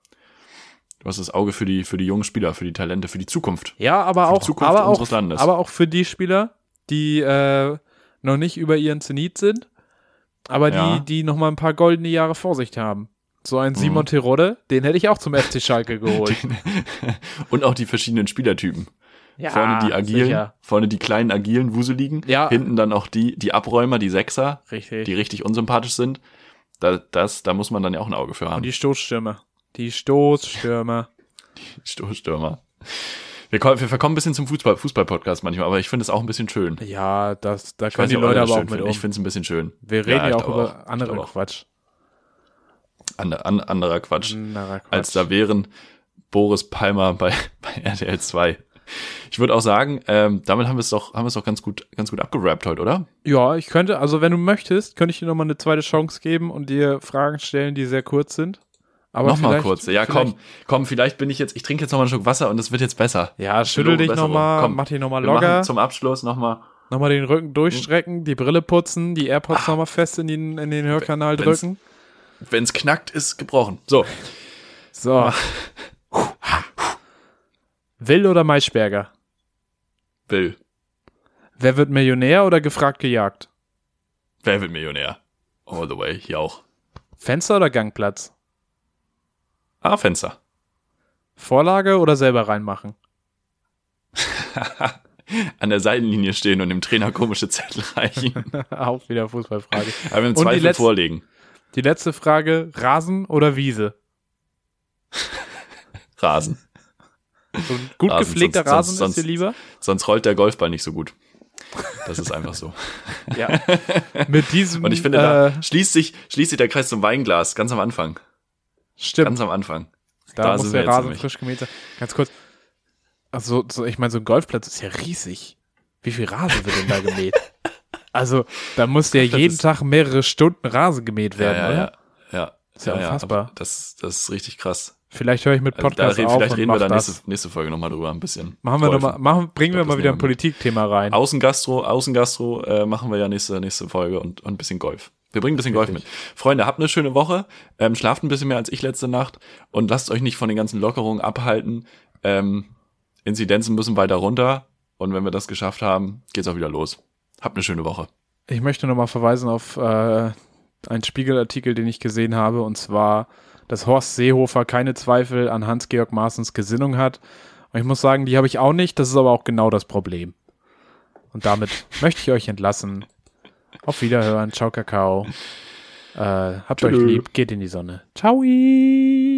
Du hast das Auge für die, für die jungen Spieler, für die Talente, für die Zukunft. Ja, aber für die auch, Zukunft aber unseres auch, Landes. aber auch für die Spieler, die äh, noch nicht über ihren Zenit sind, aber Ja. die, die noch mal ein paar goldene Jahre vor sich haben. So ein Simon Mhm. Terodde, den hätte ich auch zum F C Schalke geholt. Und auch die verschiedenen Spielertypen. Ja, vorne die agilen, sicher. vorne die kleinen agilen Wuseligen, Ja. hinten dann auch die, die Abräumer, die Sechser, Richtig. die richtig unsympathisch sind. Da, das, da muss man dann ja auch ein Auge für haben. Und die Stoßstürmer. Die Stoßstürmer. Stoßstürmer. Wir, kommen, wir verkommen ein bisschen zum Fußball, Fußball-Podcast manchmal, aber ich finde es auch ein bisschen schön. Ja, das, da Ich können weiß die nicht, ob Leute ihr aber das auch schön mit findet. um. Ich finde es ein bisschen schön. Wir reden ja, ich auch glaube über auch. Ich anderen glaube auch. Quatsch. Ander, an, anderer Quatsch. Anderer Quatsch. Als da wären Boris Palmer bei, bei R T L zwei. Ich würde auch sagen, ähm, damit haben wir es doch, haben wir es doch ganz gut, ganz gut abgerappt heute, oder? Ja, ich könnte, also wenn du möchtest, könnte ich dir nochmal eine zweite Chance geben und dir Fragen stellen, die sehr kurz sind. Aber Nochmal vielleicht- kurz. Ja, komm, komm, vielleicht bin ich jetzt, ich trinke jetzt nochmal einen Schluck Wasser und es wird jetzt besser. Ja, schüttel lobe dich Besserung. nochmal, Komm, mach dich nochmal Wir machen locker, zum Abschluss nochmal. nochmal den Rücken durchstrecken, die Brille putzen, die AirPods nochmal fest in den, in den Hörkanal Wenn's- drücken. Wenn es knackt, ist gebrochen. So. So. Will oder Maischberger? Will. Wer wird Millionär oder gefragt gejagt? Wer wird Millionär? All the way, hier auch. Fenster oder Gangplatz? Ah, Fenster. Vorlage oder selber reinmachen? An der Seitenlinie stehen und dem Trainer komische Zettel reichen. Auch wieder Fußballfrage. Aber im Und die Zweifel letzte- vorlegen. Die letzte Frage, Rasen oder Wiese? Rasen. So ein gut Rasen, gepflegter sonst- Rasen sonst- ist dir lieber? Sonst rollt der Golfball nicht so gut. Das ist einfach so. Ja. Mit diesem, Und ich finde, äh, da schließt sich, schließt sich der Kreis zum Weinglas, ganz am Anfang. stimmt, Ganz am Anfang. da, da muss sind der wir jetzt Rasen nämlich. frisch gemäht sein. Ganz kurz, also so, ich meine, so ein Golfplatz ist ja riesig. Wie viel Rasen wird denn da gemäht? Also, da muss ja Golfplatz jeden ist- Tag mehrere Stunden Rasen gemäht werden, ja, oder? ja, ja. Ist ja unfassbar. aber das, das ist richtig krass. Vielleicht höre ich mit Also da Podcast reden, auf vielleicht und reden wir mach da das. nächste, nächste Folge nochmal drüber ein bisschen. Machen wir noch Golfen. mal, machen, bringen Ich wir glaub, mal das wieder ein nehmen wir mit. Politikthema rein. Außengastro, Außengastro äh, machen wir ja nächste, nächste Folge und, und ein bisschen Golf. Wir bringen ein bisschen Golf mit. Richtig. Freunde, habt eine schöne Woche. Ähm, schlaft ein bisschen mehr als ich letzte Nacht und lasst euch nicht von den ganzen Lockerungen abhalten. Ähm, Inzidenzen müssen weiter runter und wenn wir das geschafft haben, geht's auch wieder los. Habt eine schöne Woche. Ich möchte nochmal verweisen auf äh, einen Spiegelartikel, den ich gesehen habe, und zwar, dass Horst Seehofer keine Zweifel an Hans-Georg Maaßens Gesinnung hat. Und ich muss sagen, die habe ich auch nicht, das ist aber auch genau das Problem. Und damit möchte ich euch entlassen. Auf Wiederhören, ciao Kakao. Äh, habt euch Tschüss. lieb, geht in die Sonne. Ciao.